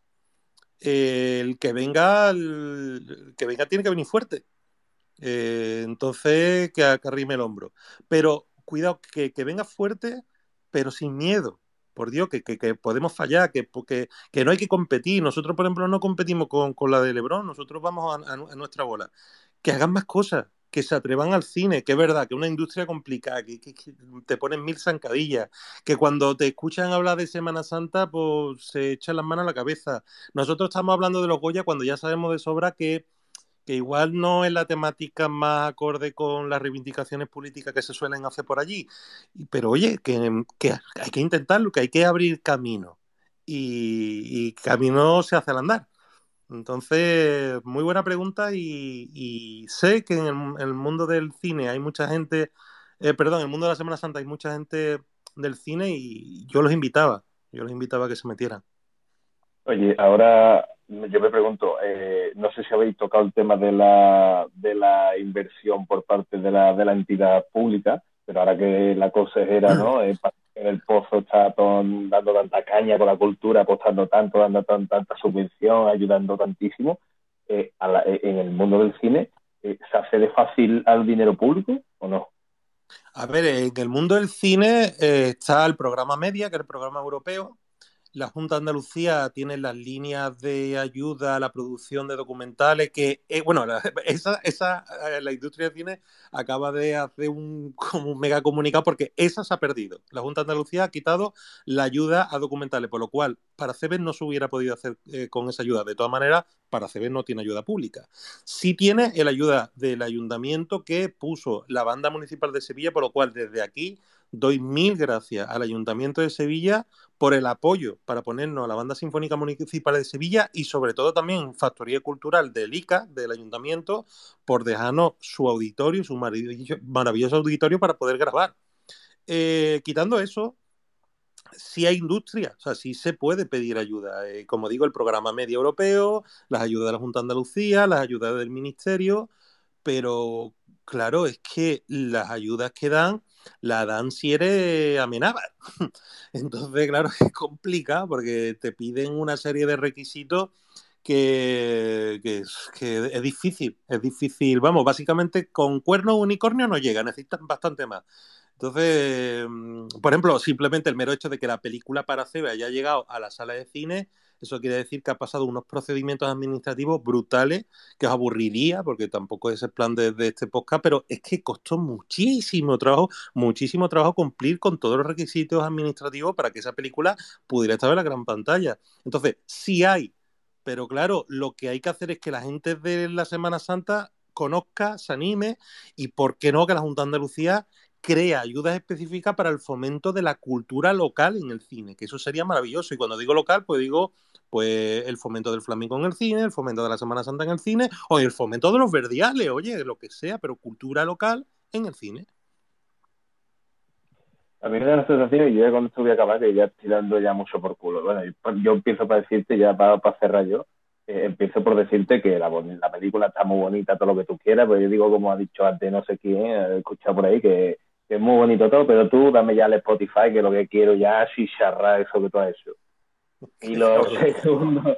El que venga tiene que venir fuerte. Entonces, que arrime el hombro. Pero cuidado, que venga fuerte, pero sin miedo. Por Dios, que podemos fallar, que no hay que competir. Nosotros, por ejemplo, no competimos con la de LeBron, nosotros vamos a nuestra bola. Que hagan más cosas, que se atrevan al cine, que es verdad, que es una industria complicada, que te ponen mil zancadillas, que cuando te escuchan hablar de Semana Santa, pues se echan las manos a la cabeza. Nosotros estamos hablando de los Goya cuando ya sabemos de sobra que igual no es la temática más acorde con las reivindicaciones políticas que se suelen hacer por allí. Pero oye, que hay que intentarlo, que hay que abrir camino. Y camino se hace al andar. Entonces, muy buena pregunta y sé que en el mundo del cine hay mucha gente, perdón, en el mundo de la Semana Santa hay mucha gente del cine y yo los invitaba a que se metieran. Oye, ahora yo me pregunto, no sé si habéis tocado el tema de la inversión por parte de la entidad pública, pero ahora que la consejera, ¿no? En el pozo está dando tanta caña con la cultura, apostando tanto, dando tanta subvención, ayudando tantísimo, en el mundo del cine, ¿se accede fácil al dinero público o no? A ver, en el mundo del cine está el programa Media, que es el programa europeo. La Junta de Andalucía tiene las líneas de ayuda a la producción de documentales que, bueno, la industria del cine acaba de hacer como un mega comunicado porque esa se ha perdido. La Junta de Andalucía ha quitado la ayuda a documentales, por lo cual para CEBES no se hubiera podido hacer con esa ayuda. De todas maneras, para CEBES no tiene ayuda pública. Sí tiene la ayuda del ayuntamiento que puso la banda municipal de Sevilla, por lo cual desde aquí doy mil gracias al Ayuntamiento de Sevilla por el apoyo para ponernos a la Banda Sinfónica Municipal de Sevilla y sobre todo también Factoría Cultural del ICA, del Ayuntamiento, por dejarnos su auditorio, su maravilloso auditorio para poder grabar. Quitando eso, sí hay industria, o sea, sí se puede pedir ayuda. Como digo, el programa medio europeo, las ayudas de la Junta de Andalucía, las ayudas del Ministerio, pero claro, es que las ayudas que dan, la dan si eres Amenábar. Entonces, claro, es complicado porque te piden una serie de requisitos que es difícil. Vamos, básicamente con cuernos unicornio no llega, necesitan bastante más. Entonces, por ejemplo, simplemente el mero hecho de que la película para CEBE haya llegado a la sala de cine, eso quiere decir que ha pasado unos procedimientos administrativos brutales que os aburriría, porque tampoco es el plan de este podcast, pero es que costó muchísimo trabajo cumplir con todos los requisitos administrativos para que esa película pudiera estar en la gran pantalla. Entonces, sí hay, pero claro, lo que hay que hacer es que la gente de la Semana Santa conozca, se anime y, ¿por qué no?, que la Junta de Andalucía crea ayudas específicas para el fomento de la cultura local en el cine, que eso sería maravilloso. Y cuando digo local, pues digo pues el fomento del flamenco en el cine, el fomento de la Semana Santa en el cine, o el fomento de los verdiales, oye, lo que sea, pero cultura local en el cine. A mí me da la sensación, y yo ya con esto voy a acabar, que ya estoy dando ya mucho por culo. Bueno, yo empiezo para decirte, ya para cerrar yo, empiezo por decirte que la película está muy bonita, todo lo que tú quieras, pero yo digo, como ha dicho antes no sé quién, he escuchado por ahí, que es muy bonito todo, pero tú dame ya el Spotify, que lo que quiero ya es chicharrar eso que tú has hecho. Y lo segundo,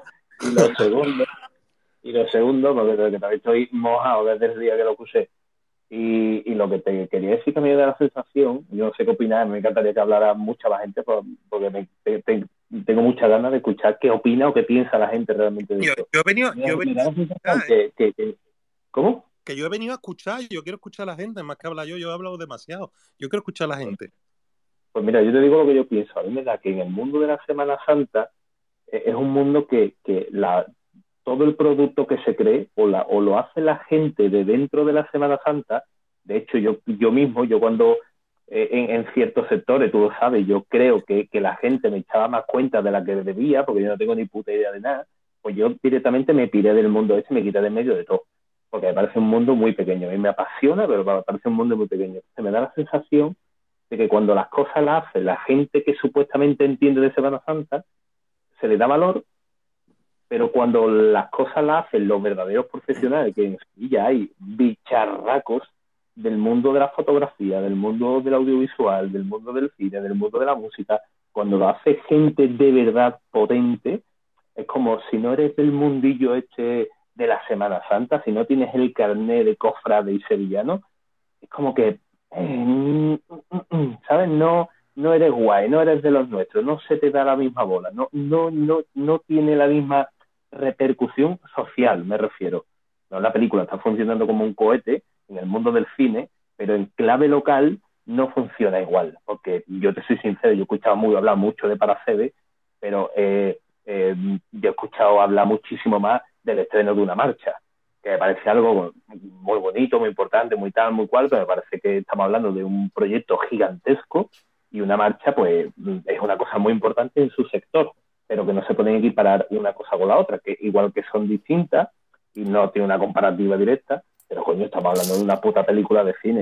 porque también estoy mojado desde el día que lo puse. Y lo que te quería decir que me da la sensación, yo no sé qué opinar, me encantaría que hablara mucha la gente, porque tengo muchas ganas de escuchar qué opina o qué piensa la gente realmente de esto. ¿Cómo? Que yo he venido a escuchar, yo quiero escuchar a la gente, más que hablar yo he hablado demasiado. Yo quiero escuchar a la gente. Pues mira, yo te digo lo que yo pienso. A mí me da que en el mundo de la Semana Santa es un mundo que todo el producto que se cree o lo hace la gente de dentro de la Semana Santa. De hecho, yo mismo, cuando en ciertos sectores, tú lo sabes, yo creo que la gente me echaba más cuenta de la que debía, porque yo no tengo ni puta idea de nada, pues yo directamente me piré del mundo este y me quité de en medio de todo, porque me parece un mundo muy pequeño. A mí me apasiona, pero me parece un mundo muy pequeño. Se me da la sensación de que cuando las cosas las hace la gente que supuestamente entiende de Semana Santa, se le da valor, pero cuando las cosas las hacen los verdaderos profesionales, que en Sevilla hay bicharracos del mundo de la fotografía, del mundo del audiovisual, del mundo del cine, del mundo de la música, cuando lo hace gente de verdad potente, es como si no eres del mundillo este de la Semana Santa, si no tienes el carné de cofrade y sevillano, es como que, ¿sabes? No eres guay, no eres de los nuestros, no se te da la misma bola, no tiene la misma repercusión social, me refiero. No, la película está funcionando como un cohete en el mundo del cine, pero en clave local no funciona igual, porque yo te soy sincero, yo he escuchado hablar mucho de Paracebe, pero yo he escuchado hablar muchísimo más del estreno de Una Marcha, que me parece algo muy bonito, muy importante, muy tal, muy cual, pero me parece que estamos hablando de un proyecto gigantesco y Una Marcha pues es una cosa muy importante en su sector, pero que no se pueden equiparar una cosa con la otra, que igual que son distintas y no tiene una comparativa directa, pero coño, estamos hablando de una puta película de cine.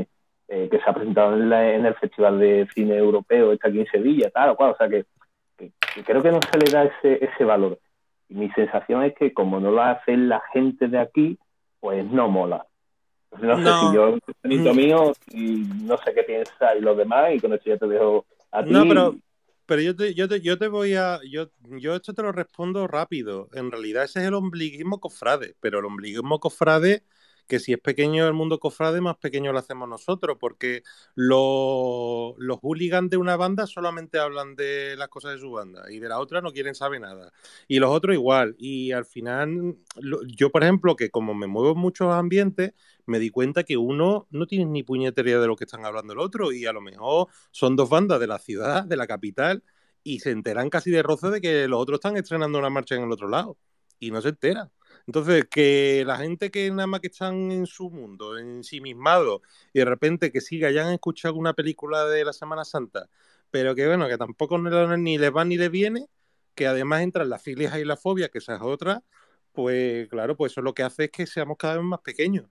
que se ha presentado en el Festival de Cine Europeo, está aquí en Sevilla, tal o cual, o sea que creo que no se le da ese valor. Y mi sensación es que como no lo hace la gente de aquí, pues no mola. Entonces, no sé si No, yo, bonito mío, y no sé qué piensan los demás, y con esto ya te dejo a no, ti. pero yo te voy a. Yo esto te lo respondo rápido. En realidad, ese es el ombliguismo cofrade, pero el ombliguismo cofrade, que si es pequeño el mundo cofrade, más pequeño lo hacemos nosotros, porque los hooligans de una banda solamente hablan de las cosas de su banda y de la otra no quieren saber nada. Y los otros igual. Y al final, yo, por ejemplo, que como me muevo en muchos ambientes, me di cuenta que uno no tiene ni puñetería de lo que están hablando el otro, y a lo mejor son dos bandas de la ciudad, de la capital, y se enteran casi de roce de que los otros están estrenando una marcha en el otro lado, y no se enteran. Entonces, que la gente que nada más que están en su mundo, ensimismado, y de repente que sí, que hayan escuchado una película de la Semana Santa, pero que bueno, que tampoco ni les va ni les viene, que además entran las filias y la fobia, que esa es otra, pues claro, pues eso lo que hace es que seamos cada vez más pequeños.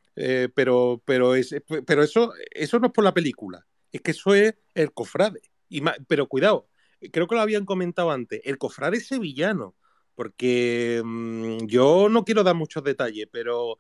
Pero eso no es por la película, es que eso es el cofrade. Pero cuidado, creo que lo habían comentado antes, el cofrade es sevillano, porque yo no quiero dar muchos detalles, pero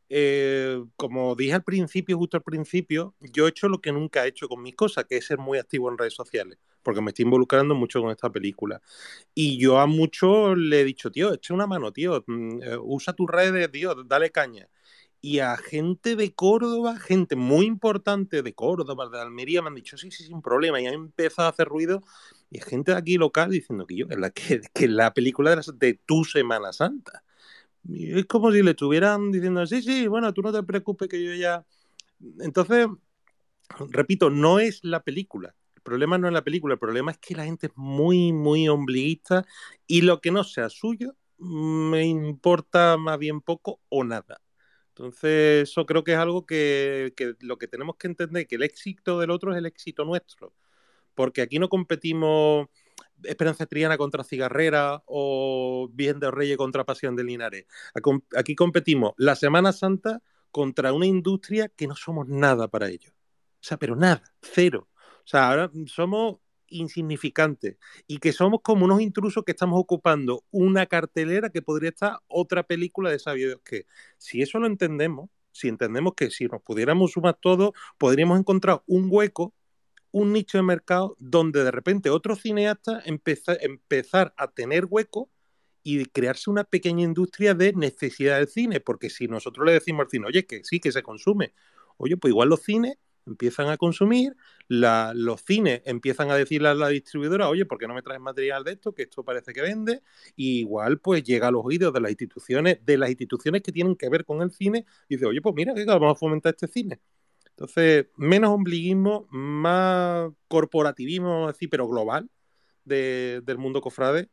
como dije al principio, justo al principio, yo he hecho lo que nunca he hecho con mis cosas, que es ser muy activo en redes sociales, porque me estoy involucrando mucho con esta película. Y yo a muchos le he dicho, tío, echa una mano, tío, usa tus redes, tío, dale caña. Y a gente de Córdoba, gente muy importante de Córdoba, de Almería, me han dicho, sí, sí, sin problema. Y han empezado a hacer ruido. Y gente de aquí local diciendo que que la película de tu Semana Santa. Y es como si le estuvieran diciendo, sí, sí, bueno, tú no te preocupes que yo ya. Entonces, repito, no es la película. El problema no es la película, el problema es que la gente es muy, muy ombliguista, y lo que no sea suyo me importa más bien poco o nada. Entonces, eso creo que es algo que lo que tenemos que entender, que el éxito del otro es el éxito nuestro. Porque aquí no competimos Esperanza Triana contra Cigarrera o Virgen de Reyes contra Pasión de Linares. Aquí competimos la Semana Santa contra una industria que no somos nada para ellos. O sea, pero nada, cero. O sea, ahora somos insignificantes, y que somos como unos intrusos que estamos ocupando una cartelera que podría estar otra película de sabido Dios qué. Si eso lo entendemos, si entendemos que si nos pudiéramos sumar todos, podríamos encontrar un hueco, un nicho de mercado donde de repente otros cineastas empezar a tener hueco y crearse una pequeña industria de necesidad del cine, porque si nosotros le decimos al cine, oye, que sí, que se consume, oye, pues igual los cines empiezan a consumir, los cines empiezan a decirle a la distribuidora, oye, ¿por qué no me traes material de esto? Que esto parece que vende, y igual pues llega a los oídos de las instituciones que tienen que ver con el cine, y dice, oye, pues mira, que vamos a fomentar este cine. Entonces, menos ombliguismo, más corporativismo, vamos a decir, pero global, del mundo cofrade.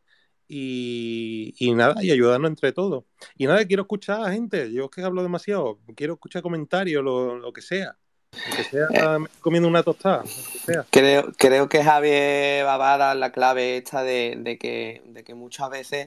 Y nada, y ayudarnos entre todos. Y nada, quiero escuchar a gente. Yo es que hablo demasiado. Quiero escuchar comentarios, lo que sea. Aunque sea Eh, comiendo una tostada, lo que sea. creo que Javier va a dar la clave esta de que muchas veces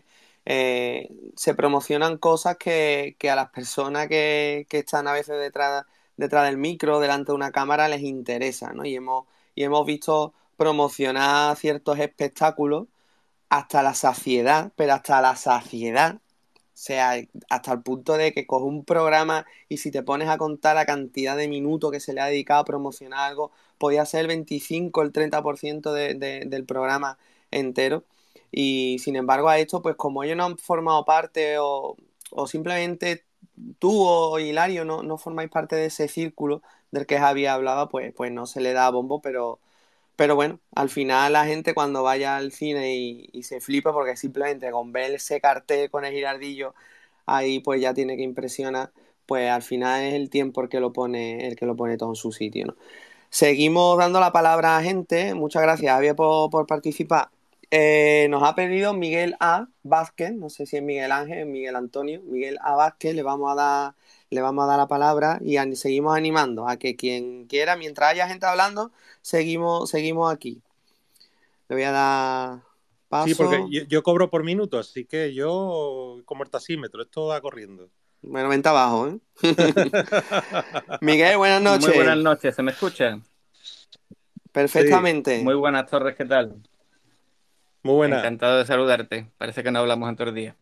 se promocionan cosas que a las personas que están a veces detrás del micro, delante de una cámara, les interesa, ¿no? Y hemos visto promocionar ciertos espectáculos hasta la saciedad, pero hasta la saciedad. O sea, hasta el punto de que coge un programa y si te pones a contar la cantidad de minutos que se le ha dedicado a promocionar algo, podía ser el 25, el 30% del programa entero. Y sin embargo a esto, pues como ellos no han formado parte o simplemente tú o Hilario no formáis parte de ese círculo del que Javier hablaba, pues no se le da bombo, pero bueno, al final la gente cuando vaya al cine y se flipa porque simplemente con ver ese cartel con el girardillo ahí pues ya tiene que impresionar, pues al final es el tiempo el que lo pone todo en su sitio, ¿no? Seguimos dando la palabra a gente. Muchas gracias, Javier, por participar. Nos ha pedido Miguel A. Vázquez, no sé si es Miguel Ángel, Miguel Antonio, Miguel A. Vázquez, le vamos a dar la palabra y seguimos animando a que quien quiera, mientras haya gente hablando, seguimos aquí. Le voy a dar Sí, porque paso. yo cobro por minuto, así que yo como el taxímetro, esto va corriendo. Bueno, vente abajo, ¿eh? Miguel, buenas Muy buenas noches. noches, ¿se me escucha? Sí, Muy Perfectamente. buenas, Torres, ¿qué tal? muy buena. Encantado de saludarte. Parece que no hablamos en todo el día.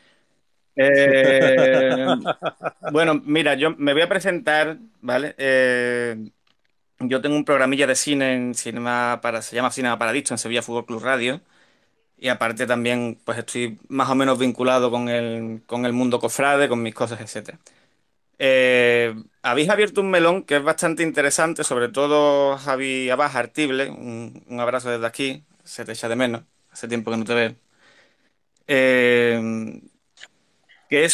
Eh, bueno, mira, yo me voy a presentar, ¿vale? Yo tengo un programilla de cine en Cinema para, se llama Cinema Paradiso en Sevilla Fútbol Club Radio. Y aparte también, pues estoy más o menos vinculado con el mundo cofrade, con mis cosas, etcétera. Habéis abierto un melón que es bastante interesante, sobre todo Javi Abaj Artible, un abrazo desde aquí, se te echa de menos, hace tiempo que no te veo. Eh, que es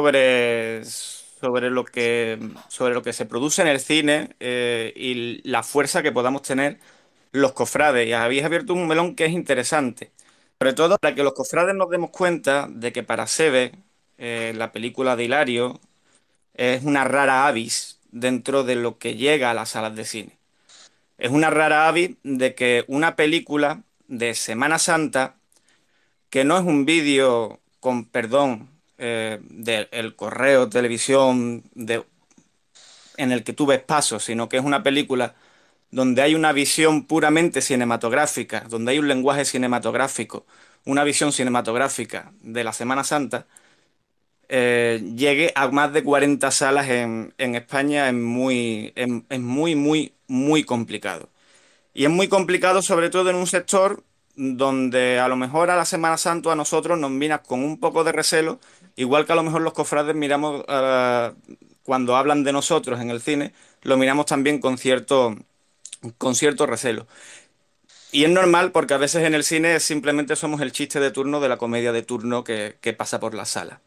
sobre lo que se produce en el cine y la fuerza que podamos tener los cofrades. Y habéis abierto un melón que es interesante, sobre todo para que los cofrades nos demos cuenta de que para Sebe, la película de Hilario, es una rara avis dentro de lo que llega a las salas de cine. Es una rara avis de que una película de Semana Santa, que no es un vídeo con perdón del correo, televisión, en el que tú ves pasos, sino que es una película donde hay una visión puramente cinematográfica, donde hay un lenguaje cinematográfico, una visión cinematográfica de la Semana Santa, llegue a más de 40 salas en España es muy, muy, muy complicado. Y es muy complicado sobre todo en un sector donde a lo mejor a la Semana Santa a nosotros nos miran con un poco de recelo, igual que a lo mejor los cofrades miramos, cuando hablan de nosotros en el cine, lo miramos también con cierto recelo. Y es normal porque a veces en el cine simplemente somos el chiste de turno de la comedia de turno que pasa por la sala.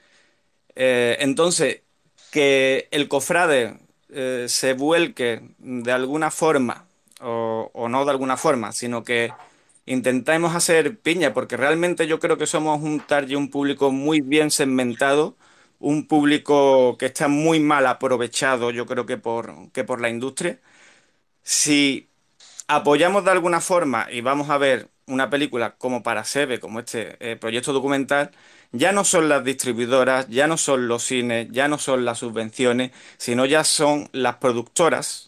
Entonces, que el cofrade se vuelque de alguna forma, o no de alguna forma, sino que intentemos hacer piña, porque realmente yo creo que somos un target, un público muy bien segmentado, un público que está muy mal aprovechado, yo creo que por la industria. Si apoyamos de alguna forma y vamos a ver una película como para Sebe, como este proyecto documental, ya no son las distribuidoras, ya no son los cines, ya no son las subvenciones, sino ya son las productoras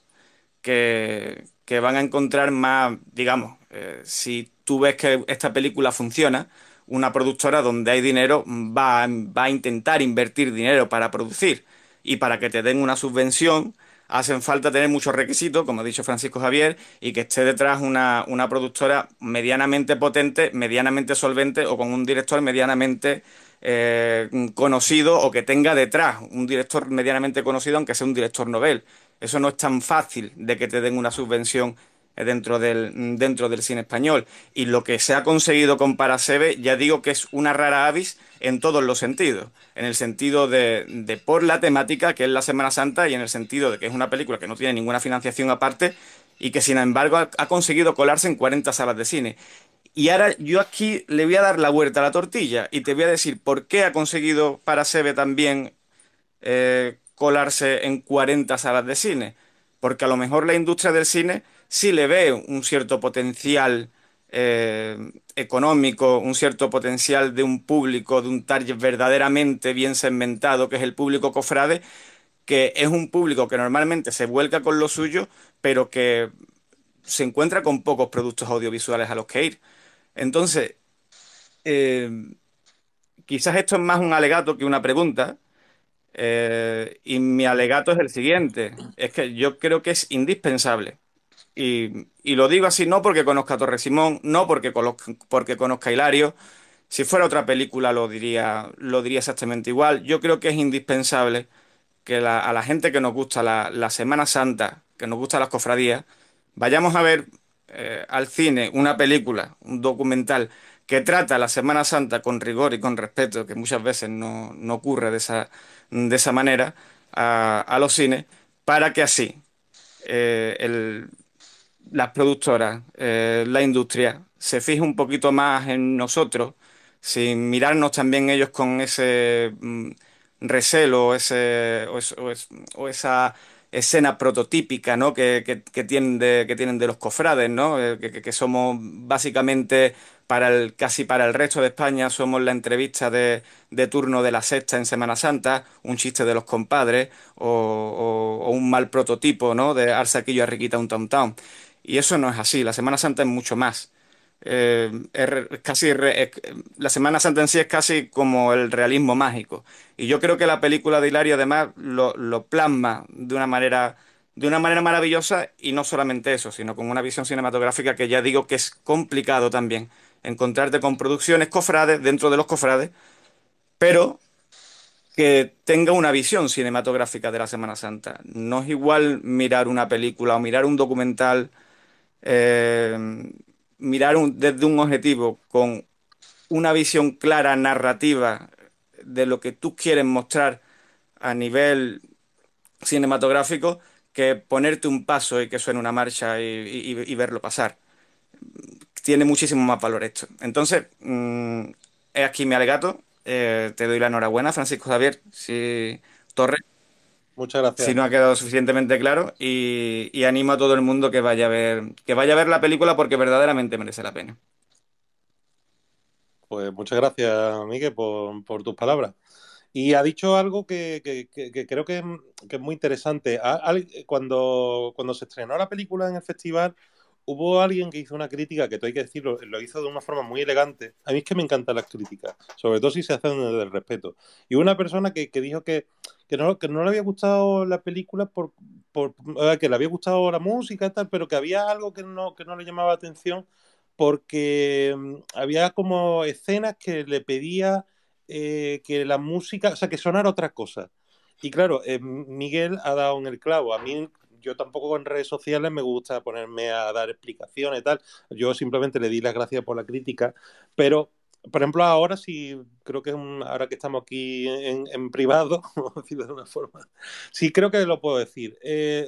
que van a encontrar más, digamos, si tú ves que esta película funciona, una productora donde hay dinero va a intentar invertir dinero para producir y para que te den una subvención. Hacen falta tener muchos requisitos, como ha dicho Francisco Javier, y que esté detrás una productora medianamente potente, medianamente solvente o con un director medianamente conocido o que tenga detrás un director medianamente conocido, aunque sea un director novel. Eso no es tan fácil de que te den una subvención dentro del cine español. Y lo que se ha conseguido con Parasebe, ya digo que es una rara avis en todos los sentidos. En el sentido de por la temática, que es la Semana Santa, y en el sentido de que es una película que no tiene ninguna financiación aparte y que sin embargo ha conseguido colarse en 40 salas de cine. Y ahora yo aquí le voy a dar la vuelta a la tortilla y te voy a decir por qué ha conseguido Parasebe también colarse en 40 salas de cine. Porque a lo mejor la industria del cine sí le ve un cierto potencial económico, un cierto potencial de un público, de un target verdaderamente bien segmentado, que es el público cofrade, que es un público que normalmente se vuelca con lo suyo, pero que se encuentra con pocos productos audiovisuales a los que ir. Entonces, eh, quizás esto es más un alegato que una pregunta, y mi alegato es el siguiente, es que yo creo que es indispensable. Y lo digo así no porque conozca a Torre Simón, no porque conozca a Hilario. Si fuera otra película lo diría exactamente igual. Yo creo que es indispensable que a la gente que nos gusta la Semana Santa, que nos gustan las cofradías, vayamos a ver al cine una película, un documental que trata la Semana Santa con rigor y con respeto, que muchas veces no ocurre de esa manera a los cines, para que así las productoras, la industria, se fije un poquito más en nosotros, sin mirarnos también ellos con ese recelo o esa escena prototípica, ¿no? que tienen de los cofrades, ¿no? Que somos básicamente casi para el resto de España somos la entrevista de turno de La Sexta en Semana Santa, un chiste de los compadres o un mal prototipo, ¿no? De Arsaquillo a Riquita un Tom Town. Y eso no es así, la Semana Santa es mucho más. La Semana Santa en sí es casi como el realismo mágico. Y yo creo que la película de Hilario además lo plasma de una manera maravillosa y no solamente eso, sino con una visión cinematográfica que ya digo que es complicado también encontrarte con producciones cofrades dentro de los cofrades, pero que tenga una visión cinematográfica de la Semana Santa. No es igual mirar una película o mirar un documental, eh, desde un objetivo con una visión clara, narrativa, de lo que tú quieres mostrar a nivel cinematográfico, que ponerte un paso y que suene una marcha y verlo pasar. Tiene muchísimo más valor esto. Entonces, he aquí mi alegato. Te doy la enhorabuena, Francisco Javier Torres, Muchas si gracias. no ha quedado suficientemente claro, y animo a todo el mundo que vaya a ver la película porque verdaderamente merece la pena. Pues muchas gracias, Miguel, por tus palabras. Y ha dicho algo que creo que es muy interesante. Cuando se estrenó la película en el festival, hubo alguien que hizo una crítica que, todo hay que decirlo, lo hizo de una forma muy elegante. A mí es que me encantan las críticas, sobre todo si se hacen desde el respeto. Y hubo una persona que dijo que no le había gustado la película que le había gustado la música y tal, pero que había algo que no le llamaba la atención porque había como escenas que le pedía que la música, o sea, que sonara otra cosa. Y claro, Miguel ha dado en el clavo. A mí, yo tampoco en redes sociales me gusta ponerme a dar explicaciones y tal. Yo simplemente le di las gracias por la crítica. Pero, por ejemplo, ahora sí, creo que ahora que estamos aquí en privado, vamos a decirlo de una forma, sí creo que lo puedo decir.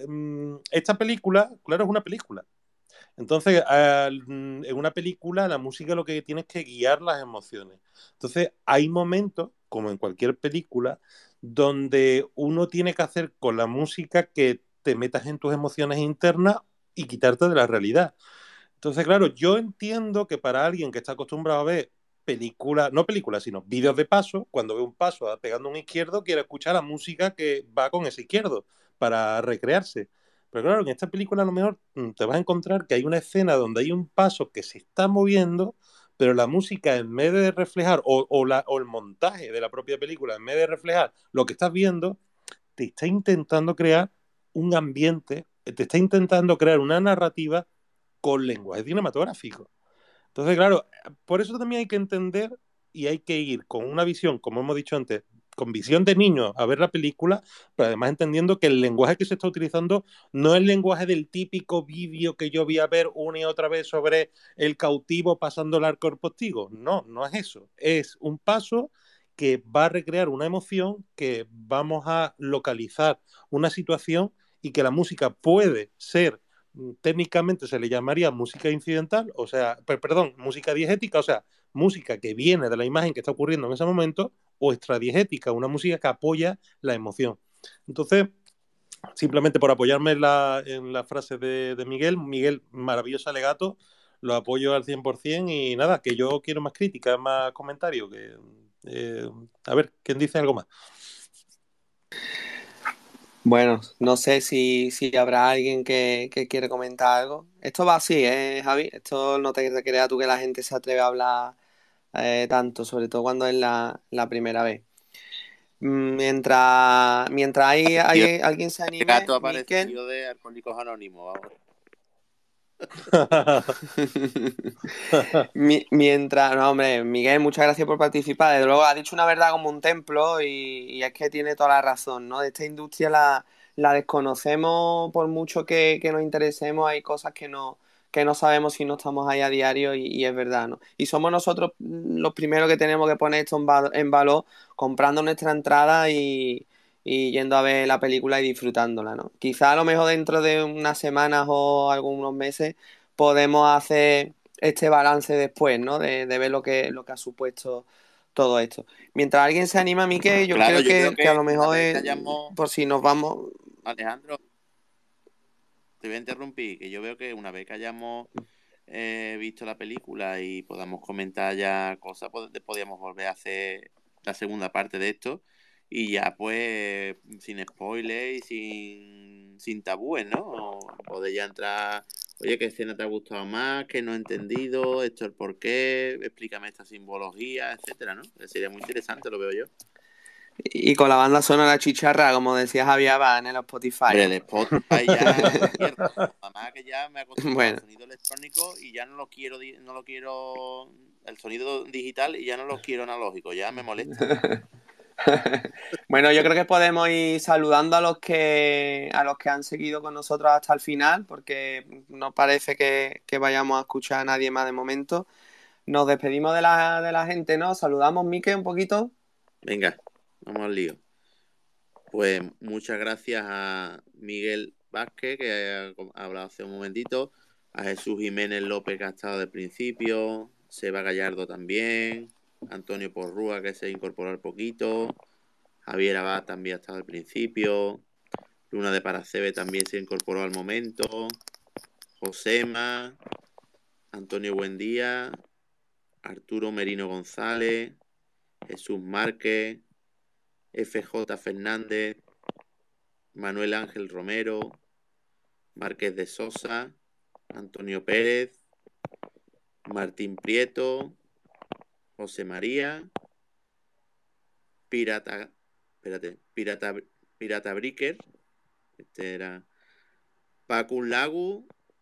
Esta película, claro, es una película. Entonces, en una película, la música lo que tiene es que guiar las emociones. Entonces, hay momentos, como en cualquier película, donde uno tiene que hacer con la música que te metas en tus emociones internas y quitarte de la realidad. Entonces, claro, yo entiendo que para alguien que está acostumbrado a ver películas, no películas, sino vídeos de paso, cuando ve un paso pegando un izquierdo, quiere escuchar la música que va con ese izquierdo para recrearse. Pero claro, en esta película a lo mejor te vas a encontrar que hay una escena donde hay un paso que se está moviendo, pero la música en vez de reflejar, o el montaje de la propia película, en vez de reflejar lo que estás viendo, te está intentando crear un ambiente, te está intentando crear una narrativa con lenguaje cinematográfico. Entonces, claro, por eso también hay que entender y hay que ir con una visión, como hemos dicho antes, con visión de niño a ver la película, pero además entendiendo que el lenguaje que se está utilizando no es el lenguaje del típico vídeo que yo vi a ver una y otra vez sobre el cautivo pasando el arco del postigo. No, no es eso. Es un paso que va a recrear una emoción, que vamos a localizar una situación y que la música puede ser técnicamente se le llamaría música incidental, o sea, perdón, música diegética, o sea, música que viene de la imagen que está ocurriendo en ese momento, o extradiegética, una música que apoya la emoción. Entonces, simplemente por apoyarme en la frase de Miguel, maravilloso alegato, lo apoyo al 100% y nada, que yo quiero más críticas, más comentarios, a ver, ¿quién dice algo más? Bueno, no sé si habrá alguien que quiere comentar algo. Esto va así, ¿eh, Javi? Esto no te creas tú que la gente se atreve a hablar tanto, sobre todo cuando es la primera vez. Mientras Tío, hay alguien se el anime, gato Miquel. aparecido de Alcohólicos Anónimos, vamos. Mientras, no, hombre, Miguel, muchas gracias por participar. Desde luego, ha dicho una verdad como un templo y es que tiene toda la razón, ¿no? De esta industria la desconocemos por mucho que nos interesemos, hay cosas que no sabemos si no estamos ahí a diario y es verdad, ¿no? Y somos nosotros los primeros que tenemos que poner esto en valor, comprando nuestra entrada y yendo a ver la película y disfrutándola, ¿no? Quizá a lo mejor dentro de unas semanas o algunos meses podemos hacer este balance después, ¿no? De ver lo que ha supuesto todo esto. Mientras alguien se anima a mí, que yo Claro, creo yo creo que a que lo una mejor vez que es, hayamos, por si nos vamos. Alejandro, te voy a interrumpir, que yo veo que una vez que hayamos visto la película y podamos comentar ya cosas, pues podríamos volver a hacer la segunda parte de esto y ya pues sin spoiler y sin tabúes, ¿no? Poder ya entrar, oye, ¿qué escena te ha gustado más? ¿Qué no he entendido? ¿Esto el por qué? Explícame esta simbología, etcétera, ¿no? Sería muy interesante, lo veo yo. Y con la banda sonora chicharra, como decía Javier, va en el Spotify. Hombre, el Spotify ya mierda. Además que ya me he acostumbrado Bueno. al sonido electrónico y ya no lo quiero, el sonido digital y ya no lo quiero analógico, ya me molesta. Bueno, yo creo que podemos ir saludando a los que han seguido con nosotros hasta el final, porque no parece que vayamos a escuchar a nadie más de momento. Nos despedimos de la gente, ¿no? Saludamos, Mike, un poquito. Venga, vamos al lío. Pues muchas gracias a Miguel Vázquez, que ha hablado hace un momentito, a Jesús Jiménez López, que ha estado del principio, Seba Gallardo también, Antonio Porrúa, que se incorporó al poquito, Javier Abad también ha estado al principio, Luna de Paracebe también se incorporó al momento, Josema, Antonio Buendía, Arturo Merino González, Jesús Márquez, FJ Fernández, Manuel Ángel Romero, Márquez de Sosa, Antonio Pérez, Martín Prieto, José María, Pirata Bricker, este era Paco Lagu,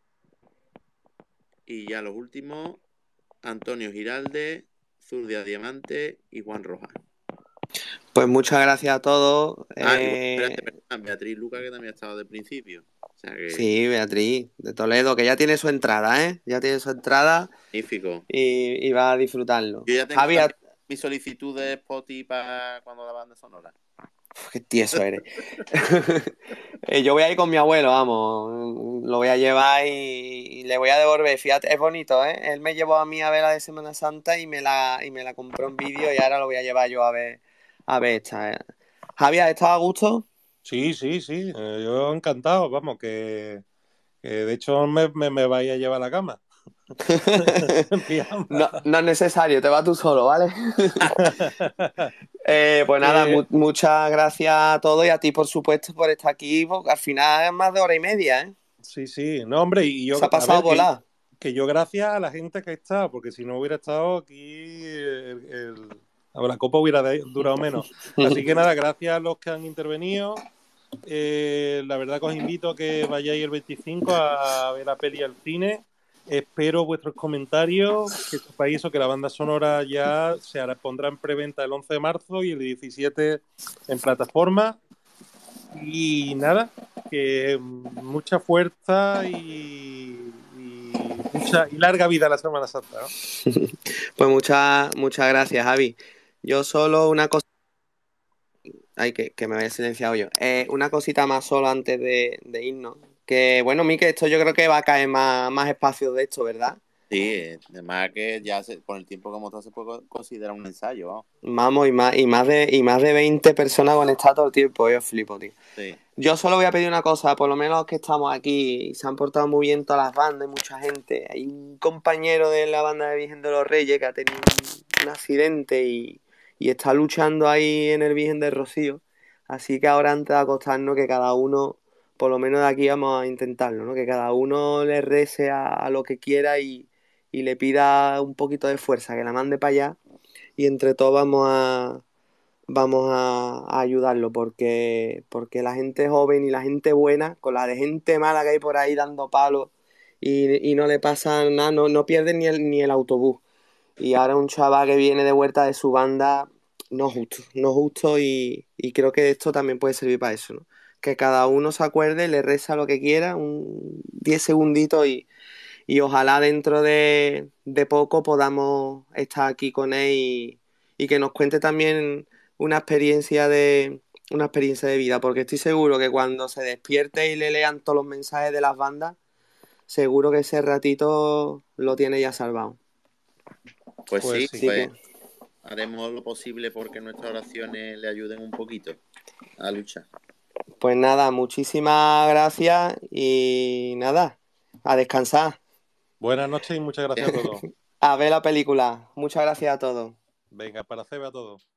y ya los últimos, Antonio Giralde, Zurdia Diamante y Juan Rojas. Pues muchas gracias a todos. Espérate, Beatriz Luca, que también ha estado del principio. O sea que... Sí, Beatriz, de Toledo, que ya tiene su entrada, ¿eh? Ya tiene su entrada. Magnífico. Y va a disfrutarlo. Yo ya tengo Javi, mi solicitud de Spotify para cuando la banda sonora. Qué tieso eres. Yo voy a ir con mi abuelo, vamos. Lo voy a llevar y le voy a devolver. Fíjate, es bonito, ¿eh? Él me llevó a mí a ver la de Semana Santa y me la compró en vídeo y ahora lo voy a llevar yo a ver esta. Javi, ¿has estado a gusto? Sí. Yo encantado, vamos, que de hecho me vaya a llevar a la cama. No es necesario, te vas tú solo, ¿vale? Pues nada, muchas gracias a todos y a ti, por supuesto, por estar aquí, porque al final es más de hora y media, ¿eh? Sí, no, hombre, y yo... Se ha pasado volar. Que yo gracias a la gente que está, porque si no hubiera estado aquí, la copa hubiera durado menos. Así que nada, gracias a los que han intervenido. La verdad que os invito a que vayáis el 25 a ver la peli al cine. Espero vuestros comentarios, que sepáis eso, que la banda sonora ya pondrá en preventa el 11 de marzo y el 17 en plataforma. Y nada, que mucha fuerza y larga vida a la Semana Santa, ¿no? Pues muchas gracias, Javi. Yo solo una cosa... Ay, que me había silenciado yo. Una cosita más solo antes de irnos. Que bueno, Mike, esto yo creo que va a caer más espacio de esto, ¿verdad? Sí, además que ya con el tiempo que hemos estado se puede considerar un ensayo, vamos. Vamos, y más de 20 personas conectadas todo el tiempo, yo flipo, tío. Sí. Yo solo voy a pedir una cosa, por lo menos los que estamos aquí, se han portado muy bien todas las bandas, mucha gente. Hay un compañero de la banda de Virgen de los Reyes que ha tenido un accidente y está luchando ahí en el Virgen del Rocío. Así que ahora antes de acostarnos, que cada uno, por lo menos de aquí vamos a intentarlo, ¿no? Que cada uno le rece a lo que quiera y le pida un poquito de fuerza, que la mande para allá y entre todos vamos a ayudarlo porque la gente joven y la gente buena, con la de gente mala que hay por ahí dando palos y no le pasa nada, no pierden ni el autobús. Y ahora un chaval que viene de vuelta de su banda, no justo y creo que esto también puede servir para eso, ¿no? Que cada uno se acuerde, le reza lo que quiera, un 10 segunditos y ojalá dentro de poco podamos estar aquí con él y que nos cuente también una experiencia de vida, porque estoy seguro que cuando se despierte y le lean todos los mensajes de las bandas, seguro que ese ratito lo tiene ya salvado. Pues sí, que... haremos lo posible porque nuestras oraciones le ayuden un poquito a luchar. Pues nada, muchísimas gracias y nada, a descansar. Buenas noches y muchas gracias a todos. A ver la película. Muchas gracias a todos. Venga, para CB a todos.